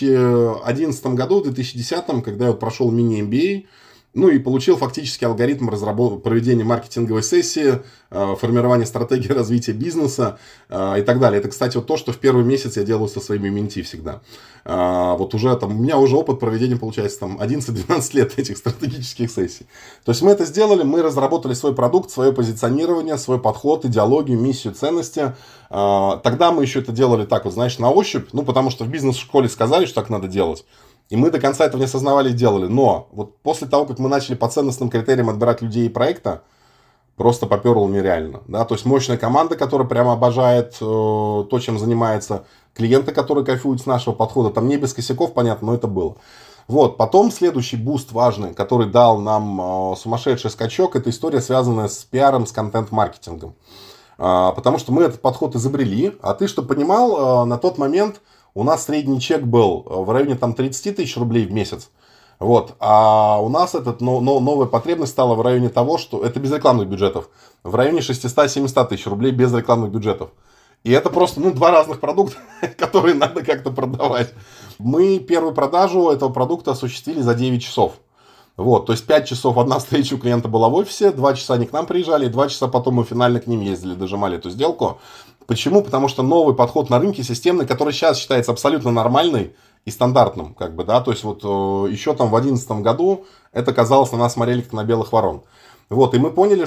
2011 году, в 2010, когда я прошел мини-MBA. И получил фактически алгоритм проведения маркетинговой сессии, формирования стратегии развития бизнеса и так далее. Это, кстати, вот то, что в первый месяц я делаю со своими менти всегда. Вот уже у меня уже опыт проведения, получается, 11-12 лет этих стратегических сессий. То есть мы это сделали, мы разработали свой продукт, свое позиционирование, свой подход, идеологию, миссию, ценности. Тогда мы еще это делали на ощупь, потому что в бизнес-школе сказали, что так надо делать. И мы до конца этого не осознавали и делали. Но вот после того, как мы начали по ценностным критериям отбирать людей и проекта, просто поперло нереально. Да? То есть мощная команда, которая прямо обожает то, чем занимается. Клиенты, которые кайфуют с нашего подхода. Там не без косяков, понятно, но это было. Вот. Потом следующий буст важный, который дал нам сумасшедший скачок, это история, связанная с пиаром, с контент-маркетингом. Потому что мы этот подход изобрели. А ты, чтобы понимал, на тот момент у нас средний чек был в районе 30 тысяч рублей в месяц. Вот. А у нас новая потребность стала в районе того, что это без рекламных бюджетов. В районе 600-700 тысяч рублей без рекламных бюджетов. И это просто два разных продукта, которые надо как-то продавать. Мы первую продажу этого продукта осуществили за 9 часов. Вот, то есть 5 часов одна встреча у клиента была в офисе, 2 часа они к нам приезжали, и 2 часа потом мы финально к ним ездили, дожимали эту сделку. Почему? Потому что новый подход на рынке системный, который сейчас считается абсолютно нормальный и стандартным, то есть еще в 2011 году это казалось, на нас смотрели как на белых ворон. Вот, и мы поняли,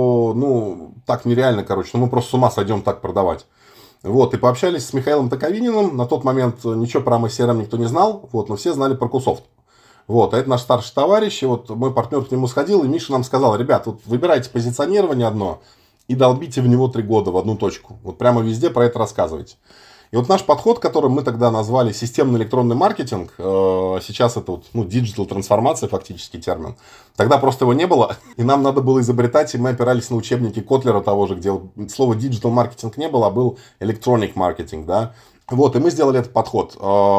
что, так нереально, мы просто с ума сойдем так продавать. Вот, и пообщались с Михаилом Токовининым, на тот момент ничего про MSCRM никто не знал, но все знали про Кусофт. Вот, а это наш старший товарищ, и мой партнер к нему сходил, и Миша нам сказал: ребят, выбирайте позиционирование одно и долбите в него 3 года в одну точку. Прямо везде про это рассказывайте. И наш подход, который мы тогда назвали системный электронный маркетинг, сейчас это диджитал трансформация, фактически термин. Тогда просто его не было, и нам надо было изобретать, и мы опирались на учебники Котлера того же, где слова диджитал маркетинг не было, а был electronic маркетинг, да. Вот, и мы сделали этот подход.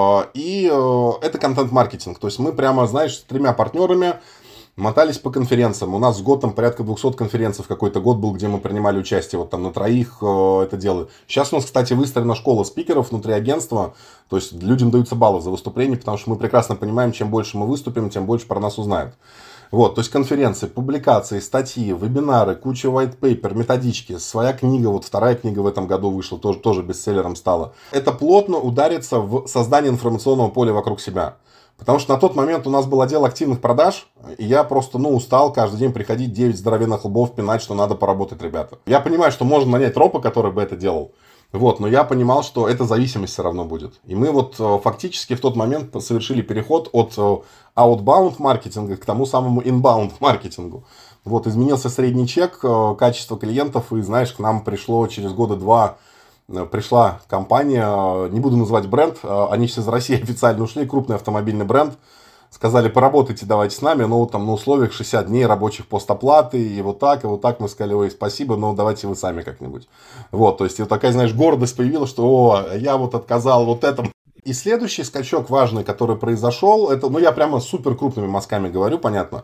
И это контент-маркетинг. То есть мы прямо, с 3 партнерами мотались по конференциям. У нас в год порядка 200 конференций. Какой-то год был, где мы принимали участие. На 3 это делали. Сейчас у нас, кстати, выстроена школа спикеров внутри агентства. То есть людям даются баллы за выступление, потому что мы прекрасно понимаем, чем больше мы выступим, тем больше про нас узнают. Вот, то есть конференции, публикации, статьи, вебинары, куча white paper, методички, своя книга, 2-я книга в этом году вышла, тоже бестселлером стала. Это плотно ударится в создание информационного поля вокруг себя. Потому что на тот момент у нас был отдел активных продаж, и я просто, устал каждый день приходить 9 здоровенных лбов пинать, что надо поработать, ребята. Я понимаю, что можно нанять ропа, который бы это делал. Вот, но я понимал, что эта зависимость все равно будет. И мы фактически в тот момент совершили переход от outbound маркетинга к тому самому inbound маркетингу. Вот, изменился средний чек, качество клиентов, и, к нам пришло через 2 года пришла компания, не буду называть бренд, они все из России официально ушли, крупный автомобильный бренд. Сказали: поработайте давайте с нами, но на условиях 60 дней рабочих постоплаты, и вот так. Мы сказали: ой, спасибо, но давайте вы сами как-нибудь. Вот, то есть такая, гордость появилась, что я отказал этому. И следующий скачок важный, который произошел, это, я прямо супер крупными мазками говорю, понятно.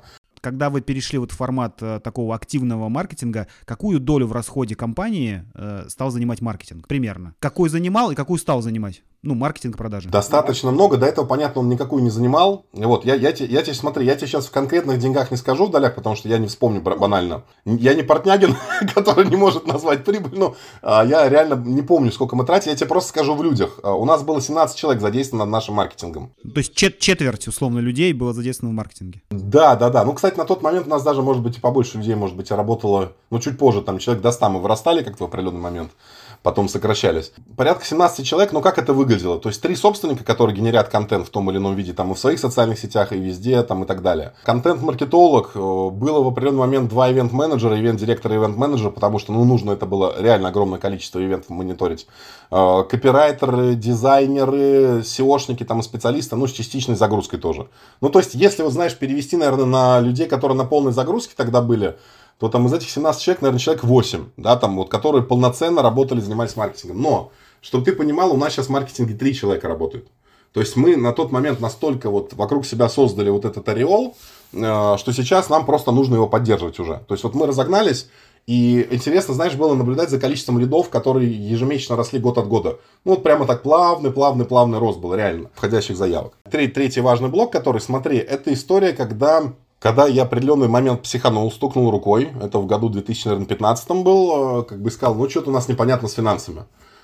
когда вы перешли вот в формат такого активного маркетинга, какую долю в расходе компании стал занимать маркетинг примерно? Какую занимал и какую стал занимать? Ну, маркетинг, продажи. Достаточно много. До этого, понятно, он никакую не занимал. Вот, я тебе сейчас в конкретных деньгах не скажу в долях, потому что я не вспомню банально. Я не Портнягин, который не может назвать прибыль, но я реально не помню, сколько мы тратили. Я тебе просто скажу в людях. У нас было 17 человек задействовано над нашим маркетингом. То есть четверть, условно, людей было задействовано в маркетинге. Да. Ну, кстати, на тот момент у нас даже, может быть, и побольше людей, может быть, и работало, ну, чуть позже, там, человек до 100 мы вырастали как-то в определенный момент. Потом сокращались. Порядка 17 человек, но как это выглядело? То есть 3 собственника, которые генерят контент в том или ином виде, там и в своих социальных сетях, и везде, там и так далее. Контент-маркетолог, было в определенный момент 2 ивент-менеджера, ивент-директора и ивент-менеджера, потому что, нужно это было реально огромное количество ивентов мониторить. Копирайтеры, дизайнеры, SEOшники, там и специалисты, с частичной загрузкой тоже. То есть, если, перевести, наверное, на людей, которые на полной загрузке тогда были, то там из этих 17 человек, наверное, человек 8, да, там вот, которые полноценно работали, занимались маркетингом. Но, чтобы ты понимал, у нас сейчас в маркетинге 3 человека работают. То есть мы на тот момент настолько вот вокруг себя создали вот этот ореол, что сейчас нам просто нужно его поддерживать уже. То есть вот мы разогнались, и интересно, было наблюдать за количеством лидов, которые ежемесячно росли год от года. Вот прямо так плавный рост был, реально, входящих заявок. Третий важный блок, который, смотри, это история, когда я определенный момент психанул, стукнул рукой, это в году 2015 был, сказал, что-то у нас непонятно с финансами.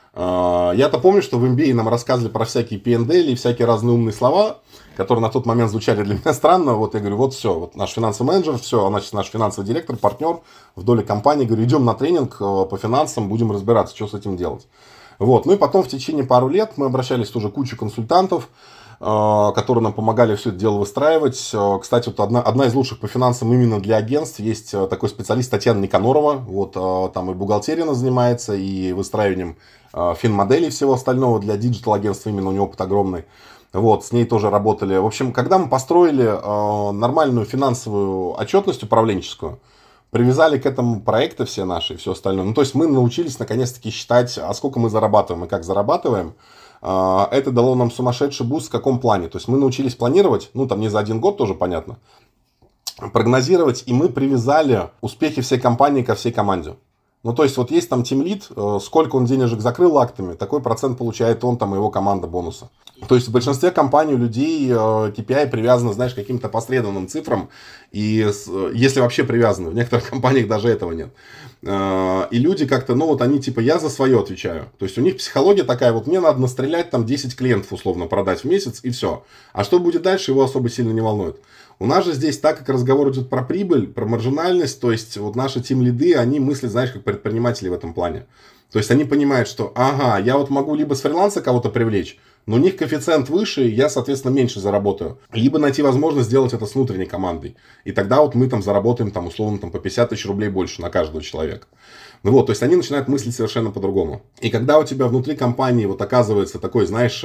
Я-то помню, что в MBA нам рассказывали про всякие P&L и всякие разные умные слова, которые на тот момент звучали для меня странно. Вот я говорю, все, вот наш финансовый менеджер, все, значит, наш финансовый директор, партнер в доле компании, говорю, идем на тренинг по финансам, будем разбираться, что с этим делать. Вот, и потом в течение пару лет мы обращались тоже к куче консультантов, которые нам помогали все это дело выстраивать. Кстати, вот одна из лучших по финансам именно для агентств. Есть такой специалист Татьяна Никанорова. Вот там и бухгалтерия она занимается, и выстраиванием финмоделей и всего остального для диджитал-агентства. Именно у него опыт огромный. Вот, с ней тоже работали. В общем, когда мы построили нормальную финансовую отчетность управленческую, привязали к этому проекты все наши и все остальное. То есть мы научились наконец-таки считать, а сколько мы зарабатываем и как зарабатываем. Это дало нам сумасшедший буст в каком плане. То есть мы научились планировать, там не за один год тоже понятно, прогнозировать, и мы привязали успехи всей компании ко всей команде. То есть вот есть там тимлид, сколько он денежек закрыл актами, такой процент получает он, там, и его команда бонуса. То есть в большинстве компаний у людей KPI привязаны, к каким-то посредственным цифрам, и если вообще привязаны, в некоторых компаниях даже этого нет. И люди как-то, они типа, я за свое отвечаю. То есть у них психология такая, вот мне надо настрелять там 10 клиентов условно продать в месяц, и все. А что будет дальше, его особо сильно не волнует. У нас же здесь, так как разговор идет про прибыль, про маржинальность, то есть вот наши тимлиды, они мыслят, как предприниматели в этом плане. То есть они понимают, что, я вот могу либо с фриланса кого-то привлечь, но у них коэффициент выше, и я, соответственно, меньше заработаю. Либо найти возможность сделать это с внутренней командой. И тогда вот мы там заработаем, условно, по 50 тысяч рублей больше на каждого человека. То есть они начинают мыслить совершенно по-другому. И когда у тебя внутри компании вот оказывается такой,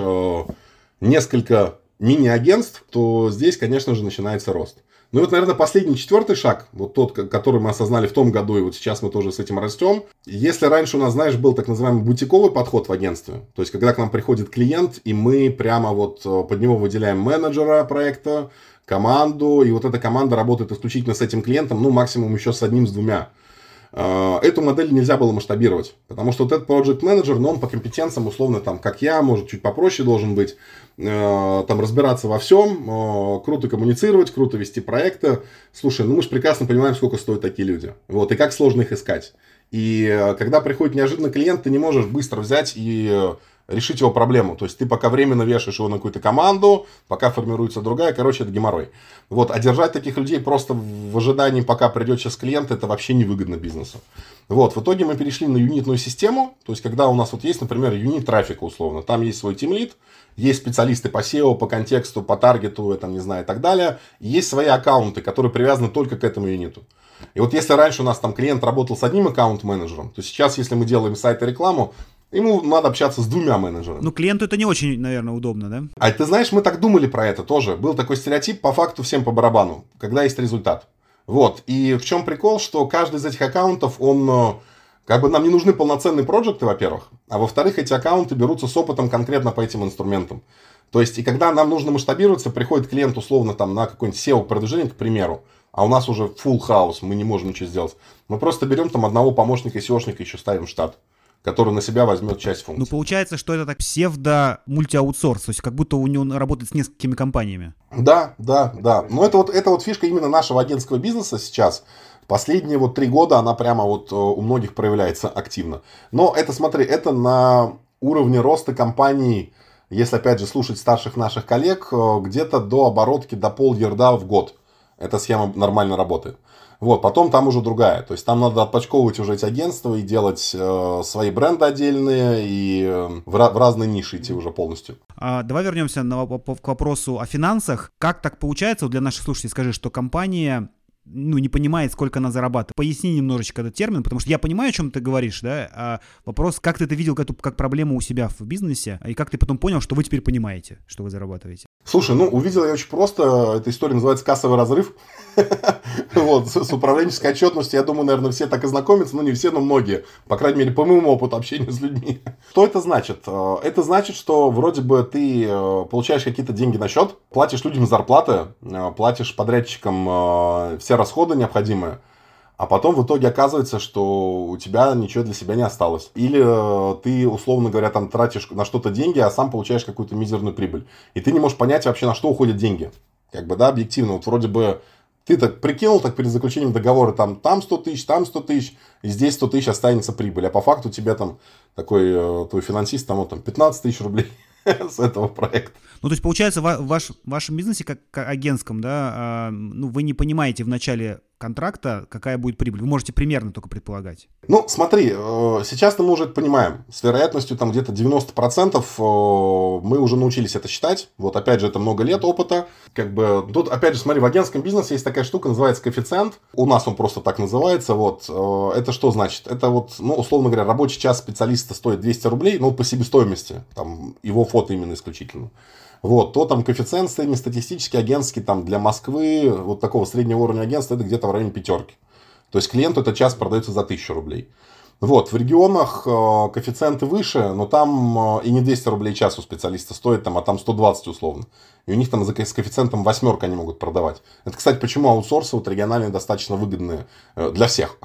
несколько мини-агентств, то здесь, конечно же, начинается рост. И вот, наверное, последний 4-й шаг, вот тот, который мы осознали в том году, и вот сейчас мы тоже с этим растем. Если раньше у нас, был так называемый бутиковый подход в агентстве, то есть, когда к нам приходит клиент, и мы прямо вот под него выделяем менеджера проекта, команду, и вот эта команда работает исключительно с этим клиентом, максимум еще с одним, с двумя. Эту модель нельзя было масштабировать, потому что вот этот project менеджер, он по компетенциям, условно, как я, может, чуть попроще должен быть, разбираться во всем, круто коммуницировать, круто вести проекты. Слушай, мы же прекрасно понимаем, сколько стоят такие люди, вот, и как сложно их искать. И когда приходит неожиданно клиент, ты не можешь быстро взять и решить его проблему. То есть ты пока временно вешаешь его на какую-то команду, пока формируется другая, это геморрой. Вот, а держать таких людей просто в ожидании, пока придет сейчас клиент, это вообще невыгодно бизнесу. Вот, в итоге мы перешли на юнитную систему, то есть когда у нас вот есть, например, юнит трафика условно, там есть свой тимлид, есть специалисты по SEO, по контексту, по таргету, и так далее, и есть свои аккаунты, которые привязаны только к этому юниту. И вот если раньше у нас там клиент работал с одним аккаунт-менеджером, то сейчас, если мы делаем сайт и рекламу, ему надо общаться с 2 менеджерами. Клиенту это не очень, наверное, удобно, да? А ты знаешь, мы так думали про это тоже. Был такой стереотип, по факту всем по барабану, когда есть результат. Вот. И в чем прикол, что каждый из этих аккаунтов, он, нам не нужны полноценные проекты, во-первых, а во-вторых, эти аккаунты берутся с опытом конкретно по этим инструментам. То есть, и когда нам нужно масштабироваться, приходит клиент условно на какое-нибудь SEO-продвижение, к примеру, а у нас уже full хаус, мы не можем ничего сделать. Мы просто берем там одного помощника SEOшника еще ставим в штат, который на себя возьмет часть функций. Ну, получается, что это так псевдо-мультиаутсорс, то есть как будто у него работает с несколькими компаниями. Да. Но это вот фишка именно нашего агентского бизнеса сейчас. Последние вот 3 года она прямо вот у многих проявляется активно. Но это, смотри, это на уровне роста компаний, если опять же слушать старших наших коллег, где-то до оборотки, до полярда в год. Эта схема нормально работает. Вот, потом там уже другая. То есть там надо отпочковывать уже эти агентства и делать свои бренды отдельные и в разные ниши идти уже полностью. Давай вернемся к вопросу о финансах. Как так получается, вот для наших слушателей скажи, что компания не понимает, сколько она зарабатывает. Поясни немножечко этот термин, потому что я понимаю, о чем ты говоришь, да, а вопрос, как ты это видел как проблему у себя в бизнесе, и как ты потом понял, что вы теперь понимаете, что вы зарабатываете. Слушай, увидел я очень просто, эта история называется «Кассовый разрыв». Вот, с управленческой отчетностью, я думаю, наверное, все так и знакомятся, не все, но многие, по крайней мере, по моему опыту общения с людьми. Что это значит? Это значит, что вроде бы ты получаешь какие-то деньги на счет, платишь людям зарплаты, платишь подрядчикам все расходы необходимые, а потом в итоге оказывается, что у тебя ничего для себя не осталось. Или ты, условно говоря, там тратишь на что-то деньги, а сам получаешь какую-то мизерную прибыль. И ты не можешь понять вообще, на что уходят деньги. Объективно. Вот вроде бы ты так прикинул, так перед заключением договора, там 100 тысяч, там 100 тысяч, и здесь 100 тысяч останется прибыль. А по факту у тебя там такой твой финансист, там 15 тысяч рублей с этого проекта. То есть, получается, в вашем бизнесе, как агентском, да, вы не понимаете в начале контракта, какая будет прибыль. Вы можете примерно только предполагать. Смотри, сейчас мы уже это понимаем. С вероятностью там где-то 90% мы уже научились это считать. Вот опять же, это много лет опыта. Тут, опять же, смотри, в агентском бизнесе есть такая штука, называется коэффициент. У нас он просто так называется. Вот. Это что значит? Это вот, условно говоря, рабочий час специалиста стоит 200 рублей, по себестоимости. Там его фото именно исключительно. Вот, то там коэффициент среднестатистический, агентский, там для Москвы, вот такого среднего уровня агентства, это где-то в районе 5. То есть клиенту этот час продается за 1000 рублей. Вот, в регионах коэффициенты выше, но там и не 200 рублей час у специалиста стоит, а там 120 условно. И у них там с коэффициентом 8 они могут продавать. Это, кстати, почему аутсорсы вот региональные достаточно выгодные для всех.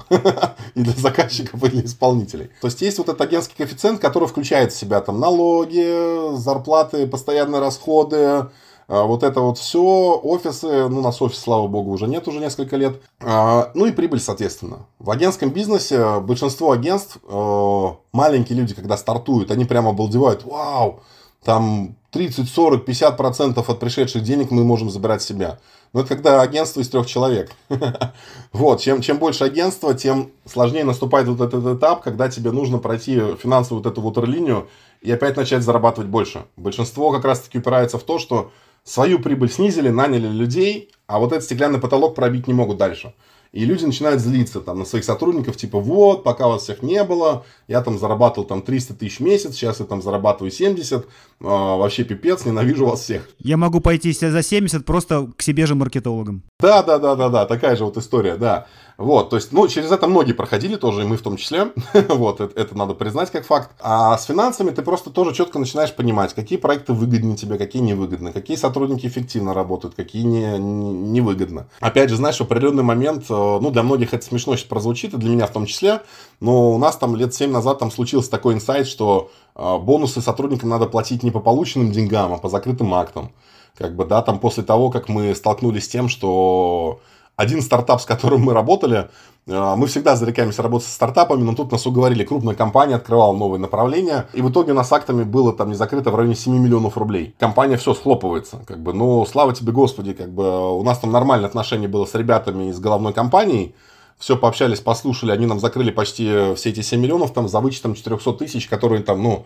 И для заказчиков, и для исполнителей. То есть есть вот этот агентский коэффициент, который включает в себя там налоги, зарплаты, постоянные расходы, вот это вот все, офисы, у нас офис, слава богу, уже нет уже несколько лет, и прибыль, соответственно. В агентском бизнесе большинство агентств, маленькие люди, когда стартуют, они прямо обалдевают, вау, там 30, 40, 50% от пришедших денег мы можем забирать себя. Но это когда агентство из 3 человек. Вот, чем больше агентства, тем сложнее наступает вот этот этап, когда тебе нужно пройти финансовую вот эту ватерлинию и опять начать зарабатывать больше. Большинство как раз-таки упирается в то, что свою прибыль снизили, наняли людей, а вот этот стеклянный потолок пробить не могут дальше. И люди начинают злиться на своих сотрудников, вот, пока вас всех не было, я там зарабатывал 300 тысяч в месяц, сейчас я там зарабатываю 70, вообще пипец, ненавижу вас всех. Я могу пойти за 70 просто к себе же маркетологам. Да, такая же вот история, да. Вот, то есть, через это многие проходили тоже, и мы в том числе. Вот, это надо признать как факт. А с финансами ты просто тоже четко начинаешь понимать, какие проекты выгодны тебе, какие невыгодны, какие сотрудники эффективно работают, какие невыгодно. Опять же, знаешь, в определенный момент, для многих это смешно сейчас прозвучит, и для меня в том числе, но у нас там лет 7 назад там случился такой инсайт, что бонусы сотрудникам надо платить не по полученным деньгам, а по закрытым актам. Там после того, как мы столкнулись с тем, что один стартап, с которым мы работали, мы всегда зарекаемся работать со стартапами, но тут нас уговорили, крупная компания открывала новые направления, и в итоге у нас актами было не закрыто в районе 7 миллионов рублей. Компания все схлопывается, слава тебе Господи, у нас там нормальное отношение было с ребятами из головной компании, все пообщались, послушали, они нам закрыли почти все эти 7 миллионов за вычетом 400 тысяч, которые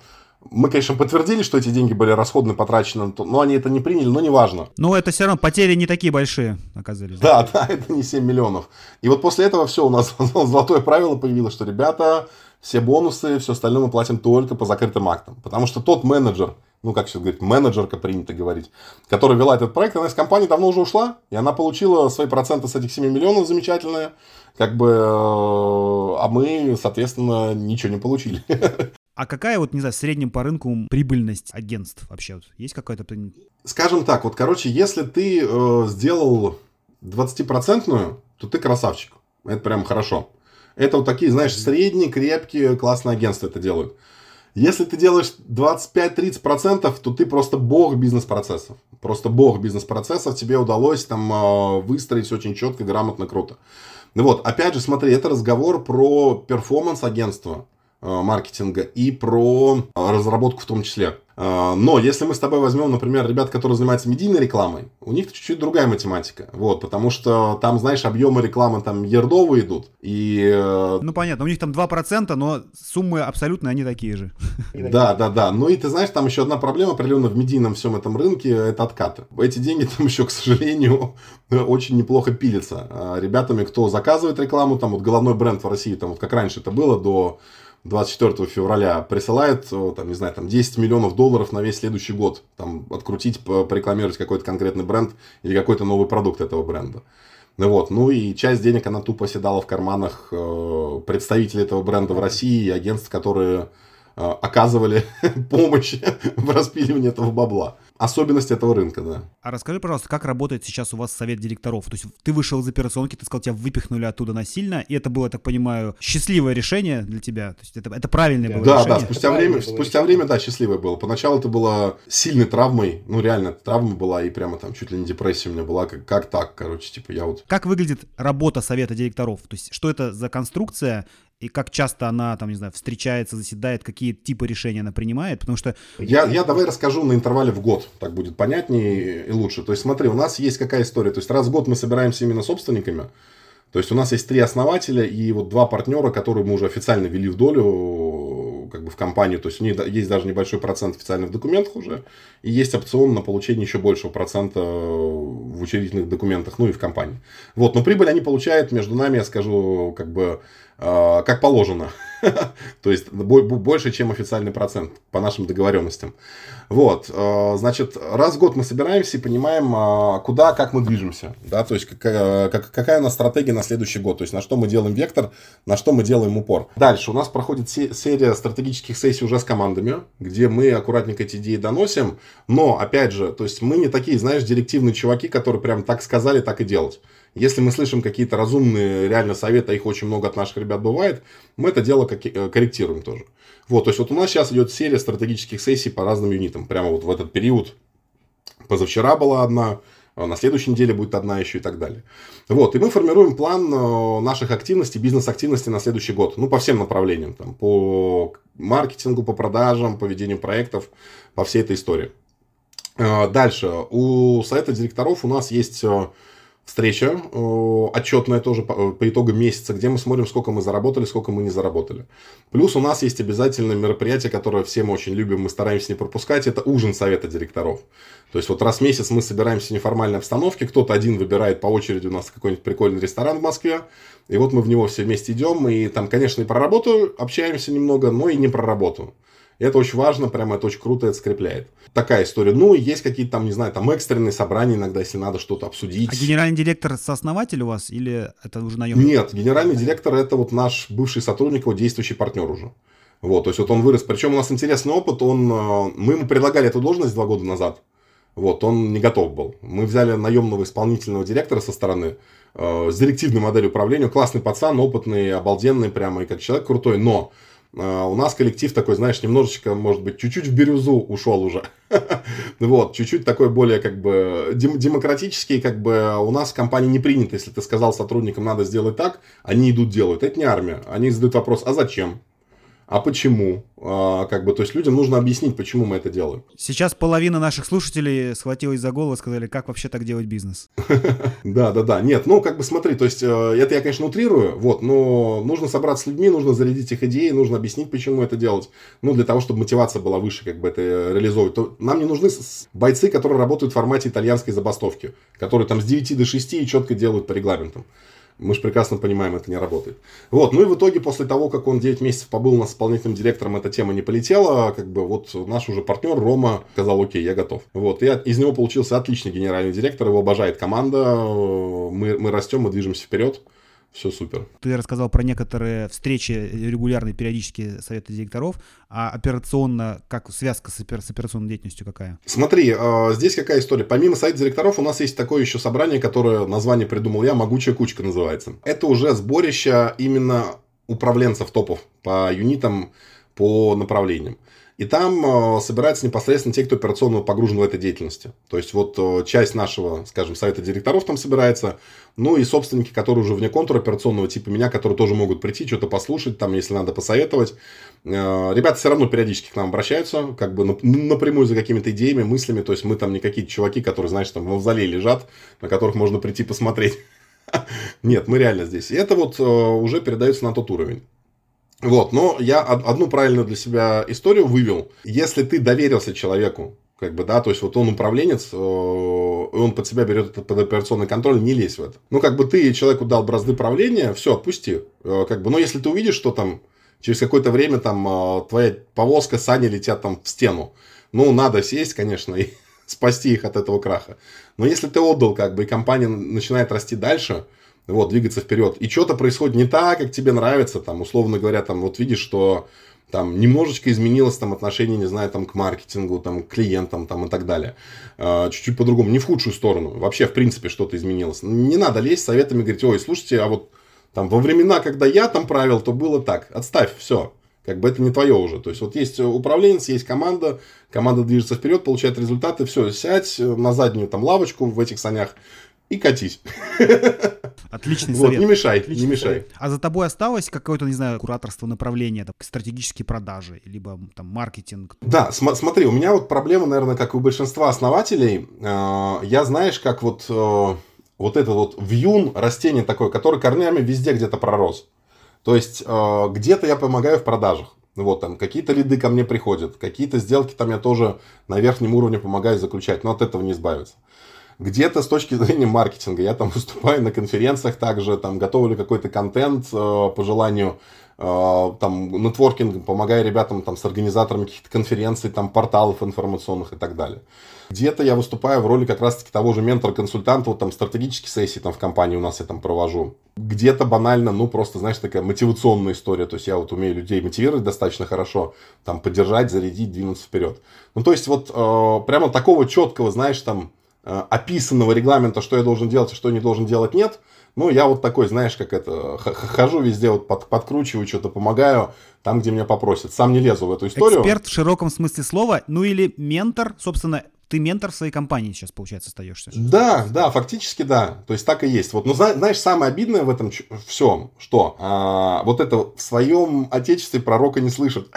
мы, конечно, подтвердили, что эти деньги были расходны, потрачены, но они это не приняли, но неважно. Но это все равно потери не такие большие оказались. Да, это не 7 миллионов. И вот после этого все, у нас золотое правило появилось, что, ребята, все бонусы, все остальное мы платим только по закрытым актам. Потому что тот менеджер, как сейчас говорить, менеджерка принято говорить, которая вела этот проект, она из компании давно уже ушла, и она получила свои проценты с этих 7 миллионов замечательные, а мы, соответственно, ничего не получили. А какая в среднем по рынку прибыльность агентств вообще? Есть какая-то? Скажем так, если ты сделал 20%, то ты красавчик. Это прям хорошо. Это вот такие, знаешь, средние, крепкие, классные агентства это делают. Если ты делаешь 25-30%, то ты просто бог бизнес-процессов. Просто бог бизнес-процессов. Тебе удалось там выстроить очень четко, грамотно, круто. Ну вот, опять же, смотри, это разговор про перформанс-агентство маркетинга и про разработку в том числе. Но если мы с тобой возьмем, например, ребят, которые занимаются медийной рекламой, у них чуть-чуть другая математика. Вот, потому что там, знаешь, объемы рекламы там ердовые идут. И... Ну, понятно, у них там 2%, но суммы абсолютно они такие же. Да. Ну и ты знаешь, там еще одна проблема определенно в медийном всем этом рынке – это откаты. Эти деньги там еще, к сожалению, очень неплохо пилятся. Ребятами, кто заказывает рекламу, там вот головной бренд в России, там вот как раньше это было до 24 февраля, присылает, там, не знаю, там 10 миллионов долларов на весь следующий год. Там открутить, порекламировать какой-то конкретный бренд или какой-то новый продукт этого бренда. Вот. Ну и часть денег она тупо оседала в карманах представителей этого бренда в России и агентств, которые оказывали помощь в распиливании этого бабла. Особенность этого рынка, да. А расскажи, пожалуйста, как работает сейчас у вас совет директоров? То есть ты вышел из операционки, ты сказал, тебя выпихнули оттуда насильно, и это было, я так понимаю, счастливое решение для тебя? То есть это правильное было решение? Да, спустя время, да, счастливое было. Поначалу это было сильной травмой, ну реально, травма была, и прямо там чуть ли не депрессия у меня была, как так, короче, типа я вот... Как выглядит работа совета директоров? То есть что это за конструкция? И как часто она, там, не знаю, встречается, заседает, какие типы решений она принимает, потому что... Я давай расскажу на интервале в год, так будет понятнее и лучше. То есть смотри, у нас есть какая история, то есть раз в год мы собираемся именно собственниками, то есть у нас есть 3 основателя и вот 2 партнера, которые мы уже официально ввели в долю как бы в компанию, то есть у них есть даже небольшой процент официальных документах уже, и есть опцион на получение еще большего процента в учредительных документах, ну и в компании. Вот, но прибыль они получают между нами, я скажу, как бы, как положено. То есть больше, чем официальный процент по нашим договоренностям. Вот, значит, раз в год мы собираемся и понимаем, куда, как мы движемся. Да? То есть какая у нас стратегия на следующий год. То есть на что мы делаем вектор, на что мы делаем упор. Дальше у нас проходит серия стратегических сессий уже с командами, где мы аккуратненько эти идеи доносим. Но, опять же, то есть мы не такие, знаешь, директивные чуваки, которые прям так сказали, так и делать. Если мы слышим какие-то разумные реально советы, а их очень много от наших ребят бывает, мы это дело корректируем тоже. Вот, то есть вот у нас сейчас идет серия стратегических сессий по разным юнитам. Прямо вот в этот период. Позавчера была одна, на следующей неделе будет одна еще и так далее. Вот, и мы формируем план наших активностей, бизнес-активностей на следующий год. Ну, по всем направлениям. Там, по маркетингу, по продажам, по ведению проектов, по всей этой истории. Дальше. У совета директоров у нас есть... встреча отчетная тоже по итогам месяца, где мы смотрим, сколько мы заработали, сколько мы не заработали. Плюс у нас есть обязательное мероприятие, которое все мы очень любим, мы стараемся не пропускать, это ужин совета директоров. То есть вот раз в месяц мы собираемся в неформальной обстановке, кто-то один выбирает по очереди у нас какой-нибудь прикольный ресторан в Москве, и вот мы в него все вместе идем, и там, конечно, и про работу общаемся немного, но и не про работу. И это очень важно, прямо это очень круто, это скрепляет. Такая история. Ну, и есть какие-то там, не знаю, там экстренные собрания иногда, если надо что-то обсудить. А генеральный директор сооснователь у вас или это уже наемный? Нет, генеральный директор это вот наш бывший сотрудник, его действующий партнер уже. Вот, то есть вот он вырос. Причем у нас интересный опыт, мы ему предлагали эту должность 2 года назад. Вот, он не готов был. Мы взяли наемного исполнительного директора со стороны с директивной моделью управления. Классный пацан, опытный, обалденный прямо, и как человек крутой, но... У нас коллектив такой, знаешь, немножечко, может быть, чуть-чуть в бирюзу ушел уже. Вот, чуть-чуть такой более, как бы, демократический, как бы, у нас в компании не принято, если ты сказал сотрудникам, надо сделать так, они идут делают. Это не армия. Они задают вопрос, а зачем? А почему? Как бы, то есть людям нужно объяснить, почему мы это делаем. Сейчас половина наших слушателей схватилась за голову и сказали, как вообще так делать бизнес. Да. Нет, ну, как бы смотри, то есть, это я, конечно, утрирую, вот, но нужно собраться с людьми, нужно зарядить их идеи, нужно объяснить, почему это делать. Ну, для того, чтобы мотивация была выше, как бы это реализовывать. Нам не нужны бойцы, которые работают в формате итальянской забастовки, которые там с 9 до 6 и четко делают по регламентам. Мы же прекрасно понимаем, это не работает. Вот, ну и в итоге, после того, как он 9 месяцев побыл у нас исполнительным директором, эта тема не полетела, как бы вот наш уже партнер Рома сказал, окей, я готов. Вот, и из него получился отличный генеральный директор, его обожает команда, мы растем, мы движемся вперед. все супер. Ты рассказал про некоторые встречи регулярные, периодические советы директоров, а операционно, как связка с операционной деятельностью какая? Смотри, здесь какая история. Помимо совета директоров у нас есть такое еще собрание, которое название придумал я, «Могучая кучка» называется. Это уже сборище именно управленцев топов по юнитам, по направлениям. И там собираются непосредственно те, кто операционно погружен в этой деятельности. То есть, вот часть нашего, скажем, совета директоров там собирается, ну и собственники, которые уже вне контура операционного типа меня, которые тоже могут прийти, что-то послушать, там, если надо посоветовать. Ребята все равно периодически к нам обращаются, как бы напрямую за какими-то идеями, мыслями. То есть, мы там не какие-то чуваки, которые, знаешь, там в мавзолее лежат, на которых можно прийти посмотреть. Нет, мы реально здесь. И это вот уже передается на тот уровень. Вот, но я одну правильную для себя историю вывел. Если ты доверился человеку, как бы, да, то есть, вот он управленец, он под себя берет это под операционный контроль, не лезь в это. Ну, как бы, ты человеку дал бразды правления, все, отпусти. Как бы, но если ты увидишь, что там через какое-то время там твоя повозка, сани летят там в стену, ну, надо сесть, конечно, и спасти их от этого краха. Но если ты отдал, как бы, и компания начинает расти дальше, вот, двигаться вперед, и что-то происходит не так, как тебе нравится, там, условно говоря, там, вот видишь, что там немножечко изменилось там отношение, не знаю, там, к маркетингу, там, к клиентам, там, и так далее. Чуть-чуть по-другому, не в худшую сторону. Вообще, в принципе, что-то изменилось. Не надо лезть советами, говорить: ой, слушайте, а вот там во времена, когда я там правил, то было так. Отставь, все. Как бы это не твое уже. То есть, вот есть управленец, есть команда движется вперед, получает результаты, все, сядь на заднюю там лавочку в этих санях и катись. Отличный вот, совет. Не мешай, Отличный не мешай. Совет. А за тобой осталось какое-то, не знаю, кураторство направления, там, стратегические продажи, либо там маркетинг? Да, смотри, у меня вот проблема, наверное, как у большинства основателей. Я, знаешь, как вот это вот вьюн, растение такое, которое корнями везде где-то пророс. То есть, где-то я помогаю в продажах. Вот там какие-то лиды ко мне приходят, какие-то сделки там я тоже на верхнем уровне помогаю заключать, но от этого не избавиться. Где-то с точки зрения маркетинга я там выступаю на конференциях также, там готовлю какой-то контент по желанию, там нетворкинг, помогаю ребятам там с организаторами каких-то конференций, там порталов информационных и так далее. Где-то я выступаю в роли как раз-таки того же ментора-консультанта, вот там стратегические сессии там в компании у нас я там провожу. Где-то банально, ну просто, знаешь, такая мотивационная история, то есть я вот умею людей мотивировать достаточно хорошо, там поддержать, зарядить, двинуться вперед. Ну то есть вот прямо такого четкого, знаешь, там описанного регламента, что я должен делать и что не должен делать, нет. Ну, я вот такой, знаешь, как это, хожу везде, вот подкручиваю, что-то помогаю, там, где меня попросят. Сам не лезу в эту историю. Эксперт в широком смысле слова, ну или ментор, собственно, ты ментор в своей компании сейчас, получается, остаешься. Да, фактически да. То есть так и есть. Вот, но знаешь, самое обидное в этом всем, что вот это в своем отечестве пророка не слышат.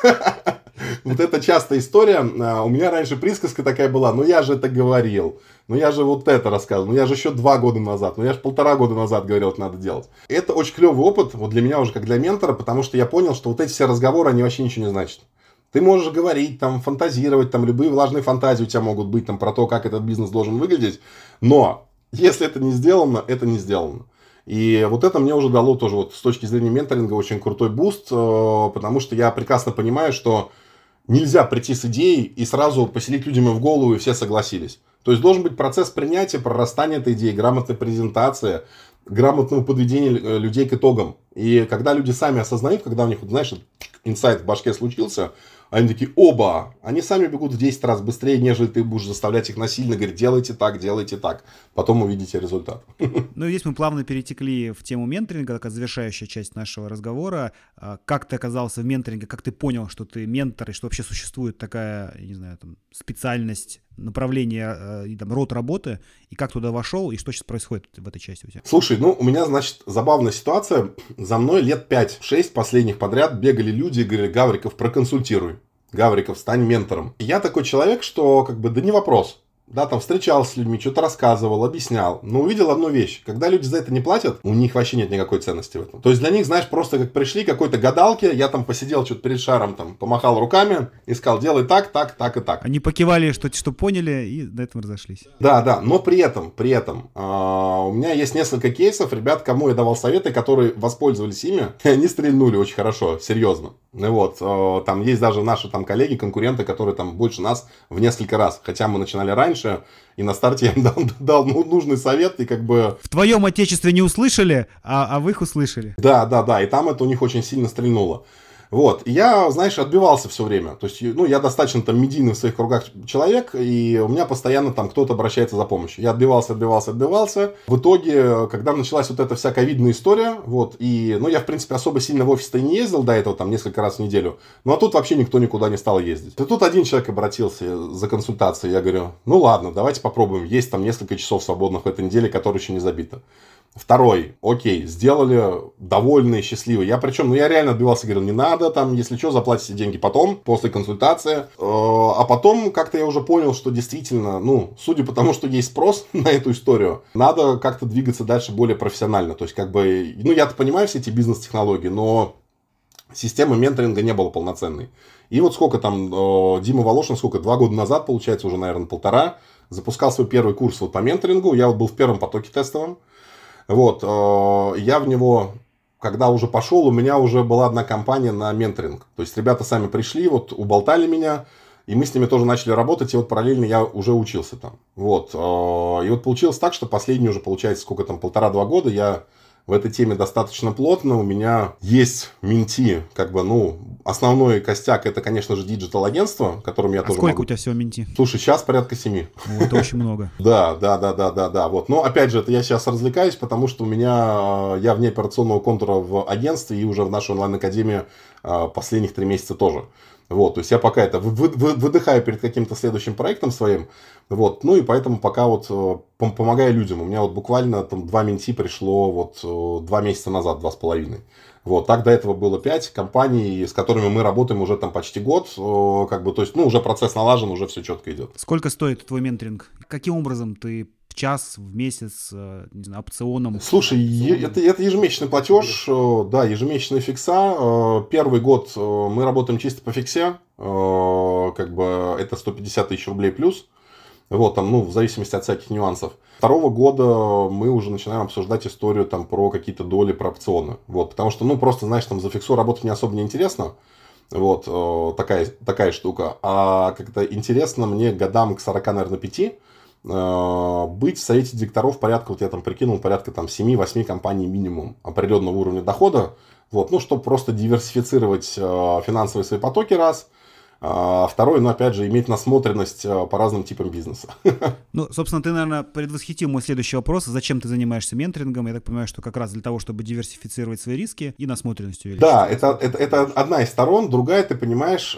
Вот это частая история. У меня раньше присказка такая была: ну я же это говорил, ну я же вот это рассказывал, ну я же еще 2 года назад, ну я же 1,5 года назад говорил, это надо делать. Это очень клевый опыт, вот для меня уже как для ментора, потому что я понял, что вот эти все разговоры, они вообще ничего не значат. Ты можешь говорить, там, фантазировать, там, любые влажные фантазии у тебя могут быть там про то, как этот бизнес должен выглядеть, но если это не сделано, это не сделано. И вот это мне уже дало тоже вот с точки зрения менторинга очень крутой буст, потому что я прекрасно понимаю, что нельзя прийти с идеей и сразу поселить людям в голову, и все согласились. То есть должен быть процесс принятия, прорастания этой идеи, грамотная презентация, грамотного подведения людей к итогам. И когда люди сами осознают, когда у них, вот, знаешь, инсайт в башке случился, они такие: оба! Они сами бегут в 10 раз быстрее, нежели ты будешь заставлять их насильно, говорить: делайте так. Потом увидите результат. Ну, здесь мы плавно перетекли в тему менторинга, такая завершающая часть нашего разговора. Как ты оказался в менторинге, как ты понял, что ты ментор, и что вообще существует такая, не знаю, там, специальность, направление и там род работы, и как туда вошел, и что сейчас происходит в этой части у тебя? Слушай, ну, у меня, значит, забавная ситуация. За мной лет 5-6 последних подряд бегали люди и говорили: Гавриков, проконсультируй. Гавриков, стань ментором. И я такой человек, что, как бы, да не вопрос. Да, там встречался с людьми, что-то рассказывал, объяснял. Но увидел одну вещь. Когда люди за это не платят, у них вообще нет никакой ценности в этом. То есть для них, знаешь, просто как пришли к какой-то гадалке, я там посидел что-то перед шаром, там, помахал руками и сказал: делай так и так. Они покивали, что поняли, и на этом разошлись. Да, но при этом у меня есть несколько кейсов, ребят, кому я давал советы, которые воспользовались ими, и они стрельнули очень хорошо, серьезно. Вот, там есть даже наши там коллеги, конкуренты, которые там больше нас в несколько раз. Хотя мы начинали раньше, и на старте я им дал нужный совет, и как бы... В твоем отечестве не услышали, а в их услышали. Да, и там это у них очень сильно стрельнуло. Вот, и я, знаешь, отбивался все время. То есть, ну, я достаточно там медийный в своих кругах человек, и у меня постоянно там кто-то обращается за помощью. Я отбивался. В итоге, когда началась вот эта вся ковидная история, вот, и, ну, я, в принципе, особо сильно в офис-то и не ездил до этого, там, несколько раз в неделю. Ну, а тут вообще никто никуда не стал ездить. И тут один человек обратился за консультацией. Я говорю, ну, ладно, давайте попробуем. Есть там несколько часов свободных в этой неделе, которые еще не забиты. Второй, окей, сделали, довольные, счастливые. Я причем, ну я реально отбивался, говорил, не надо, там, если что, заплатите деньги потом, после консультации. А потом как-то я уже понял, что действительно, ну, судя по тому, что есть спрос на эту историю, надо как-то двигаться дальше более профессионально. То есть, как бы, ну, я-то понимаю все эти бизнес-технологии, но системы менторинга не было полноценной. И вот сколько там, Дима Волошин, 2 года назад, получается, уже, наверное, 1,5, запускал свой первый курс вот по менторингу. Я вот был в первом потоке тестовом. Вот, я в него, когда уже пошел, у меня уже была одна компания на менторинг. То есть, ребята сами пришли, вот, уболтали меня, и мы с ними тоже начали работать, и вот параллельно я уже учился там. Вот, и вот получилось так, что последние уже, получается, 1,5-2 года я в этой теме достаточно плотно. У меня есть менти, как бы, ну, основной костяк, это, конечно же, диджитал-агентство, которым я тоже сколько могу... у тебя всего менти? Слушай, сейчас порядка 7. Ну, это очень много. Да, вот. Но, опять же, это я сейчас развлекаюсь, потому что я вне операционного контура в агентстве и уже в нашей онлайн-академии последних 3 месяца тоже. Вот, то есть я пока это выдыхаю перед каким-то следующим проектом своим, вот, ну и поэтому пока вот помогаю людям. У меня вот буквально там 2 менти пришло вот 2 месяца назад, 2,5. Вот, так до этого было 5 компаний, с которыми мы работаем уже там почти год, как бы, то есть, ну, уже процесс налажен, уже все четко идет. Сколько стоит твой менторинг? Каким образом ты в час, в месяц, не знаю, опционом? Слушай, это ежемесячный платеж, да, ежемесячная фикса. Первый год мы работаем чисто по фиксе, как бы это 150 тысяч рублей плюс. Вот, там, ну, в зависимости от всяких нюансов. Второго года мы уже начинаем обсуждать историю там про какие-то доли, про опционы. Вот, потому что, ну, просто, знаешь, там за фиксу работать не особо не интересно. Вот, такая штука. А как-то интересно мне годам к 40, наверное, 5 быть в совете директоров порядка, вот я там прикинул, порядка там 7-8 компаний минимум определенного уровня дохода. Вот, ну, чтобы просто диверсифицировать финансовые свои потоки, раз. Второй, ну, опять же, иметь насмотренность по разным типам бизнеса. Ну, собственно, ты, наверное, предвосхитил мой следующий вопрос. Зачем ты занимаешься менторингом? Я так понимаю, что как раз для того, чтобы диверсифицировать свои риски и насмотренность увеличить. Да, это одна из сторон. Другая, ты понимаешь,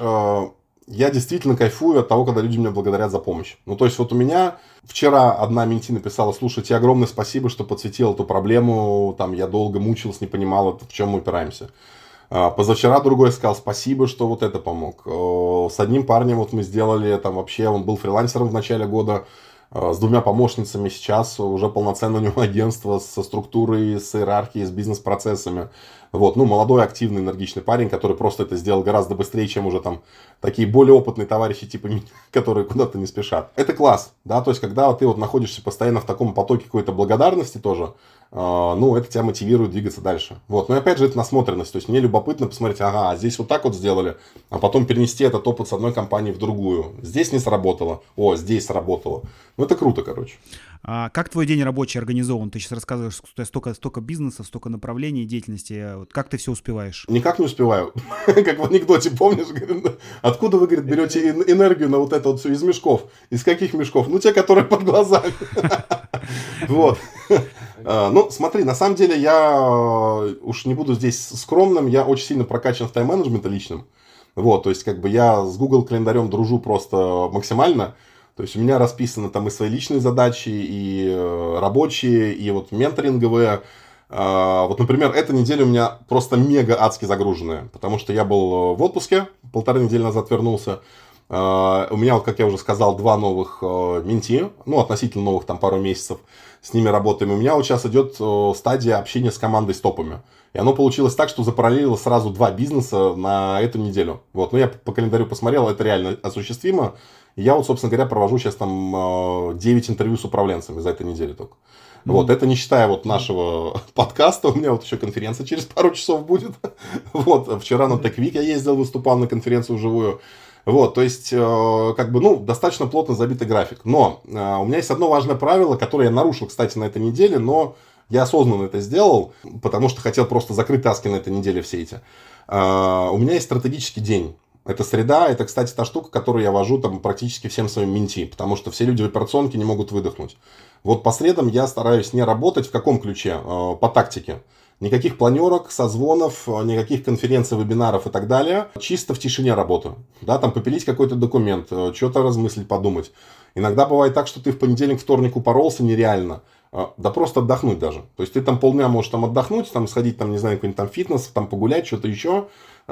я действительно кайфую от того, когда люди мне благодарят за помощь. Ну, то есть, вот у меня вчера одна менти написала, слушай, тебе огромное спасибо, что подсветил эту проблему, там, я долго мучился, не понимал, в чем мы упираемся. Позавчера другой сказал, спасибо, что вот это помог. С одним парнем вот мы сделали, там вообще он был фрилансером в начале года, с 2 помощницами, сейчас уже полноценно у него агентство со структурой, с иерархией, с бизнес-процессами. Вот, ну, молодой, активный, энергичный парень, который просто это сделал гораздо быстрее, чем уже там такие более опытные товарищи типа меня, которые куда-то не спешат. Это класс, да, то есть, когда ты вот находишься постоянно в таком потоке какой-то благодарности тоже, ну, это тебя мотивирует двигаться дальше. Вот, но опять же, это насмотренность, то есть, мне любопытно посмотреть, ага, здесь вот так вот сделали, а потом перенести этот опыт с одной компании в другую. Здесь не сработало, здесь сработало. Ну, это круто, короче. А как твой день рабочий организован? Ты сейчас рассказываешь, что у тебя столько бизнесов, столько направлений деятельности. Вот как ты все успеваешь? Никак не успеваю. Как в анекдоте, помнишь? Откуда вы, говорит, берете энергию на вот это вот все из мешков? Из каких мешков? Ну, те, которые под глазами. Вот. Ну, смотри, на самом деле я уж не буду здесь скромным, я очень сильно прокачан в тайм-менеджменте личным. Вот, то есть, как бы я с Google календарем дружу просто максимально. То есть, у меня расписаны там и свои личные задачи, и рабочие, и вот менторинговые. Вот, например, эта неделя у меня просто мега адски загруженная, потому что я был в отпуске, 1,5 недели назад вернулся. У меня, вот, как я уже сказал, 2 новых менти, ну, относительно новых, там, пару месяцев, с ними работаем. У меня вот сейчас идет стадия общения с командой с топами. И оно получилось так, что запараллелило сразу 2 бизнеса на эту неделю. Вот, ну, я по календарю посмотрел, это реально осуществимо. Я вот, собственно говоря, провожу сейчас там 9 интервью с управленцами за этой неделю только. Вот, это не считая вот нашего подкаста, у меня вот еще конференция через пару часов будет. Вот, вчера на TechWeek я ездил, выступал на конференцию вживую. Вот, то есть, как бы, достаточно плотно забитый график. Но у меня есть одно важное правило, которое я нарушил, кстати, на этой неделе, но я осознанно это сделал, потому что хотел просто закрыть таски на этой неделе все эти. У меня есть стратегический день. Это среда, это, кстати, та штука, которую я вожу там практически всем своим менти, потому что все люди в операционке не могут выдохнуть. Вот по средам я стараюсь не работать в каком ключе? По тактике. Никаких планерок, созвонов, никаких конференций, вебинаров и так далее. Чисто в тишине работаю. Да, там попилить какой-то документ, что-то размыслить, подумать. Иногда бывает так, что ты в понедельник, вторник упоролся нереально. Да просто отдохнуть даже. То есть ты там полдня можешь там отдохнуть, там сходить, там, не знаю, какой-нибудь там фитнес, там погулять, что-то еще.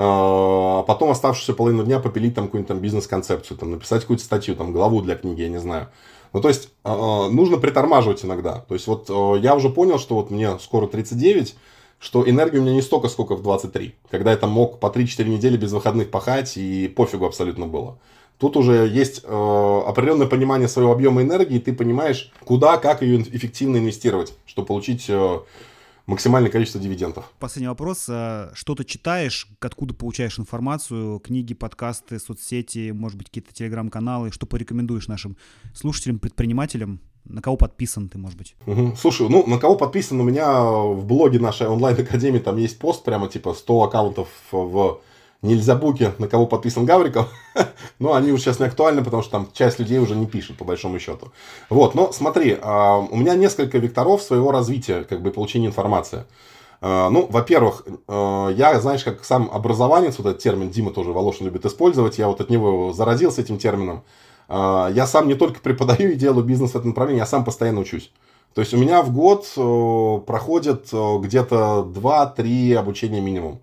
А потом оставшуюся половину дня попилить там какую-нибудь там бизнес-концепцию, там, написать какую-то статью, там, главу для книги, я не знаю. Ну, то есть, нужно притормаживать иногда. То есть, вот я уже понял, что вот мне скоро 39, что энергии у меня не столько, сколько в 23. Когда я там мог по 3-4 недели без выходных пахать, и пофигу абсолютно было. Тут уже есть определенное понимание своего объема энергии, и ты понимаешь, куда, как ее эффективно инвестировать, чтобы получить максимальное количество дивидендов. Последний вопрос. Что ты читаешь, откуда получаешь информацию, книги, подкасты, соцсети, может быть, какие-то телеграм-каналы? Что порекомендуешь нашим слушателям, предпринимателям? На кого подписан ты, может быть? Слушай, на кого подписан? У меня в блоге нашей онлайн-академии там есть пост, прямо типа 100 аккаунтов в Нельзябуке, на кого подписан Гавриков. Но они уже сейчас не актуальны, потому что там часть людей уже не пишет, по большому счету. Вот, но смотри, у меня несколько векторов своего развития, как бы получения информации. Во-первых, я, знаешь, как сам образованец, вот этот термин Дима тоже Волошин любит использовать, я вот от него заразился этим термином. Я сам не только преподаю и делаю бизнес в этом направлении, я сам постоянно учусь. То есть у меня в год проходит где-то 2-3 обучения минимум.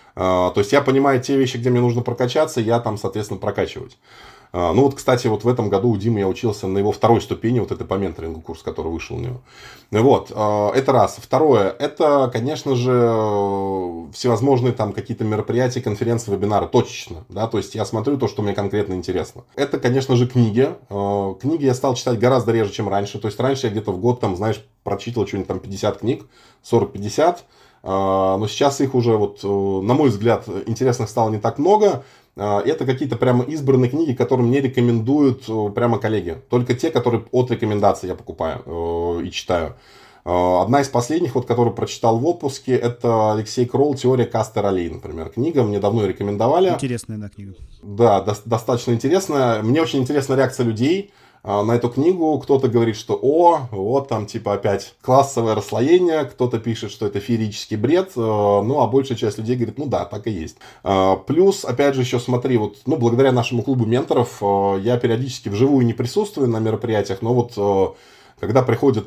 То есть я понимаю те вещи, где мне нужно прокачаться, я там, соответственно, прокачивать. Вот, кстати, вот в этом году у Димы я учился на его второй ступени, вот это по менторингу курс, который вышел у него. Вот, это раз. Второе, это, конечно же, всевозможные там какие-то мероприятия, конференции, вебинары, точечно, да, то есть я смотрю то, что мне конкретно интересно. Это, конечно же, книги. Книги я стал читать гораздо реже, чем раньше, то есть раньше я где-то в год, там, знаешь, прочитывал что-нибудь там 50 книг, 40-50, но сейчас их уже, вот, на мой взгляд, интересных стало не так много. Это какие-то прямо избранные книги, которые мне рекомендуют прямо коллеги. Только те, которые от рекомендаций я покупаю и читаю. Одна из последних, вот, которую прочитал в отпуске, это Алексей Кролл «Теория касты ролей», например. Книга, мне давно рекомендовали. Интересная, да, книга. Да, достаточно интересная. Мне очень интересна реакция людей на эту книгу. Кто-то говорит, что вот там типа опять классовое расслоение, кто-то пишет, что это феерический бред, а большая часть людей говорит, да, так и есть. Плюс, опять же, еще смотри, вот, благодаря нашему клубу менторов я периодически вживую не присутствую на мероприятиях, но вот когда приходят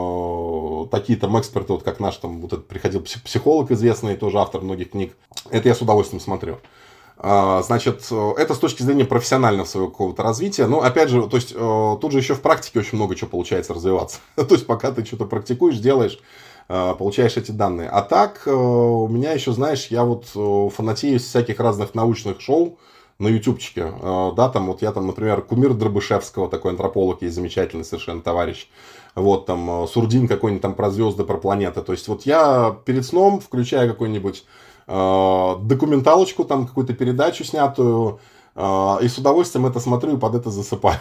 там такие там эксперты, вот как наш там вот этот приходил психолог известный, тоже автор многих книг, это я с удовольствием смотрю. Значит, это с точки зрения профессионального своего какого-то развития. Но, опять же, то есть, тут же еще в практике очень много чего получается развиваться. То есть, пока ты что-то практикуешь, делаешь, получаешь эти данные. А так, у меня еще, знаешь, я вот фанатею из всяких разных научных шоу на ютубчике. Да, там вот я там, например, кумир Дробышевского, такой антрополог есть, замечательный совершенно товарищ. Вот там Сурдин какой-нибудь там про звезды, про планеты. То есть, вот я перед сном включаю какой-нибудь документалочку, там какую-то передачу снятую, и с удовольствием это смотрю и под это засыпаю.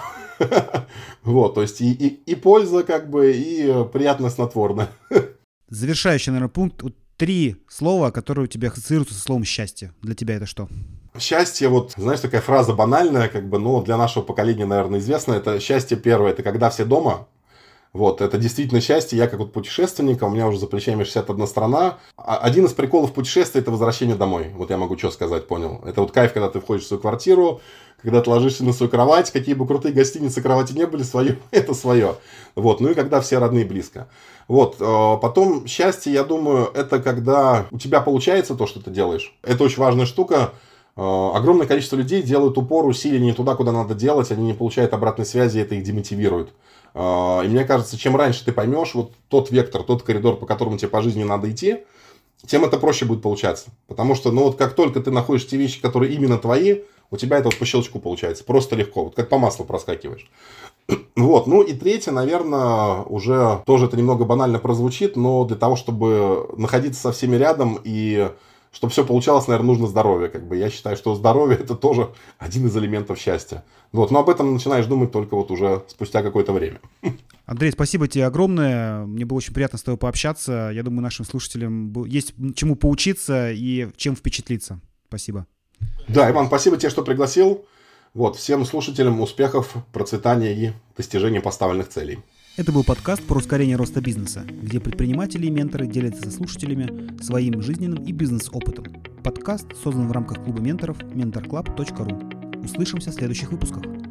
Вот, то есть и польза, как бы, и приятно снотворно. Завершающий, наверное, пункт. 3 слова, которые у тебя ассоциируются со словом «счастье». Для тебя это что? Счастье, вот, знаешь, такая фраза банальная, как бы, но для нашего поколения, наверное, известна. Это счастье первое, это когда все дома. Вот, это действительно счастье. Я как вот путешественник, у меня уже за плечами 61 страна. Один из приколов путешествия – это возвращение домой. Вот я могу что сказать, понял. Это вот кайф, когда ты входишь в свою квартиру, когда ты ложишься на свою кровать, какие бы крутые гостиницы, кровати не были, свое – это свое. Вот, и когда все родные близко. Вот, потом счастье, я думаю, это когда у тебя получается то, что ты делаешь. Это очень важная штука. Огромное количество людей делают упор, усилия не туда, куда надо делать, они не получают обратной связи, это их демотивирует. И мне кажется, чем раньше ты поймешь вот тот вектор, тот коридор, по которому тебе по жизни надо идти, тем это проще будет получаться. Потому что, вот как только ты находишь те вещи, которые именно твои, у тебя это вот по щелчку получается. Просто легко. Вот как по маслу проскакиваешь. Вот. Ну и третье, наверное, уже тоже это немного банально прозвучит, но для того, чтобы находиться со всеми рядом и чтобы все получалось, наверное, нужно здоровье. Как бы я считаю, что здоровье это тоже один из элементов счастья. Вот. Но об этом начинаешь думать только вот уже спустя какое-то время. Андрей, спасибо тебе огромное. Мне было очень приятно с тобой пообщаться. Я думаю, нашим слушателям есть чему поучиться и чем впечатлиться. Спасибо. Да, Иван, спасибо тебе, что пригласил. Вот, всем слушателям успехов, процветания и достижения поставленных целей. Это был подкаст про ускорение роста бизнеса, где предприниматели и менторы делятся со слушателями своим жизненным и бизнес-опытом. Подкаст создан в рамках клуба менторов mentorclub.ru. Услышимся в следующих выпусках.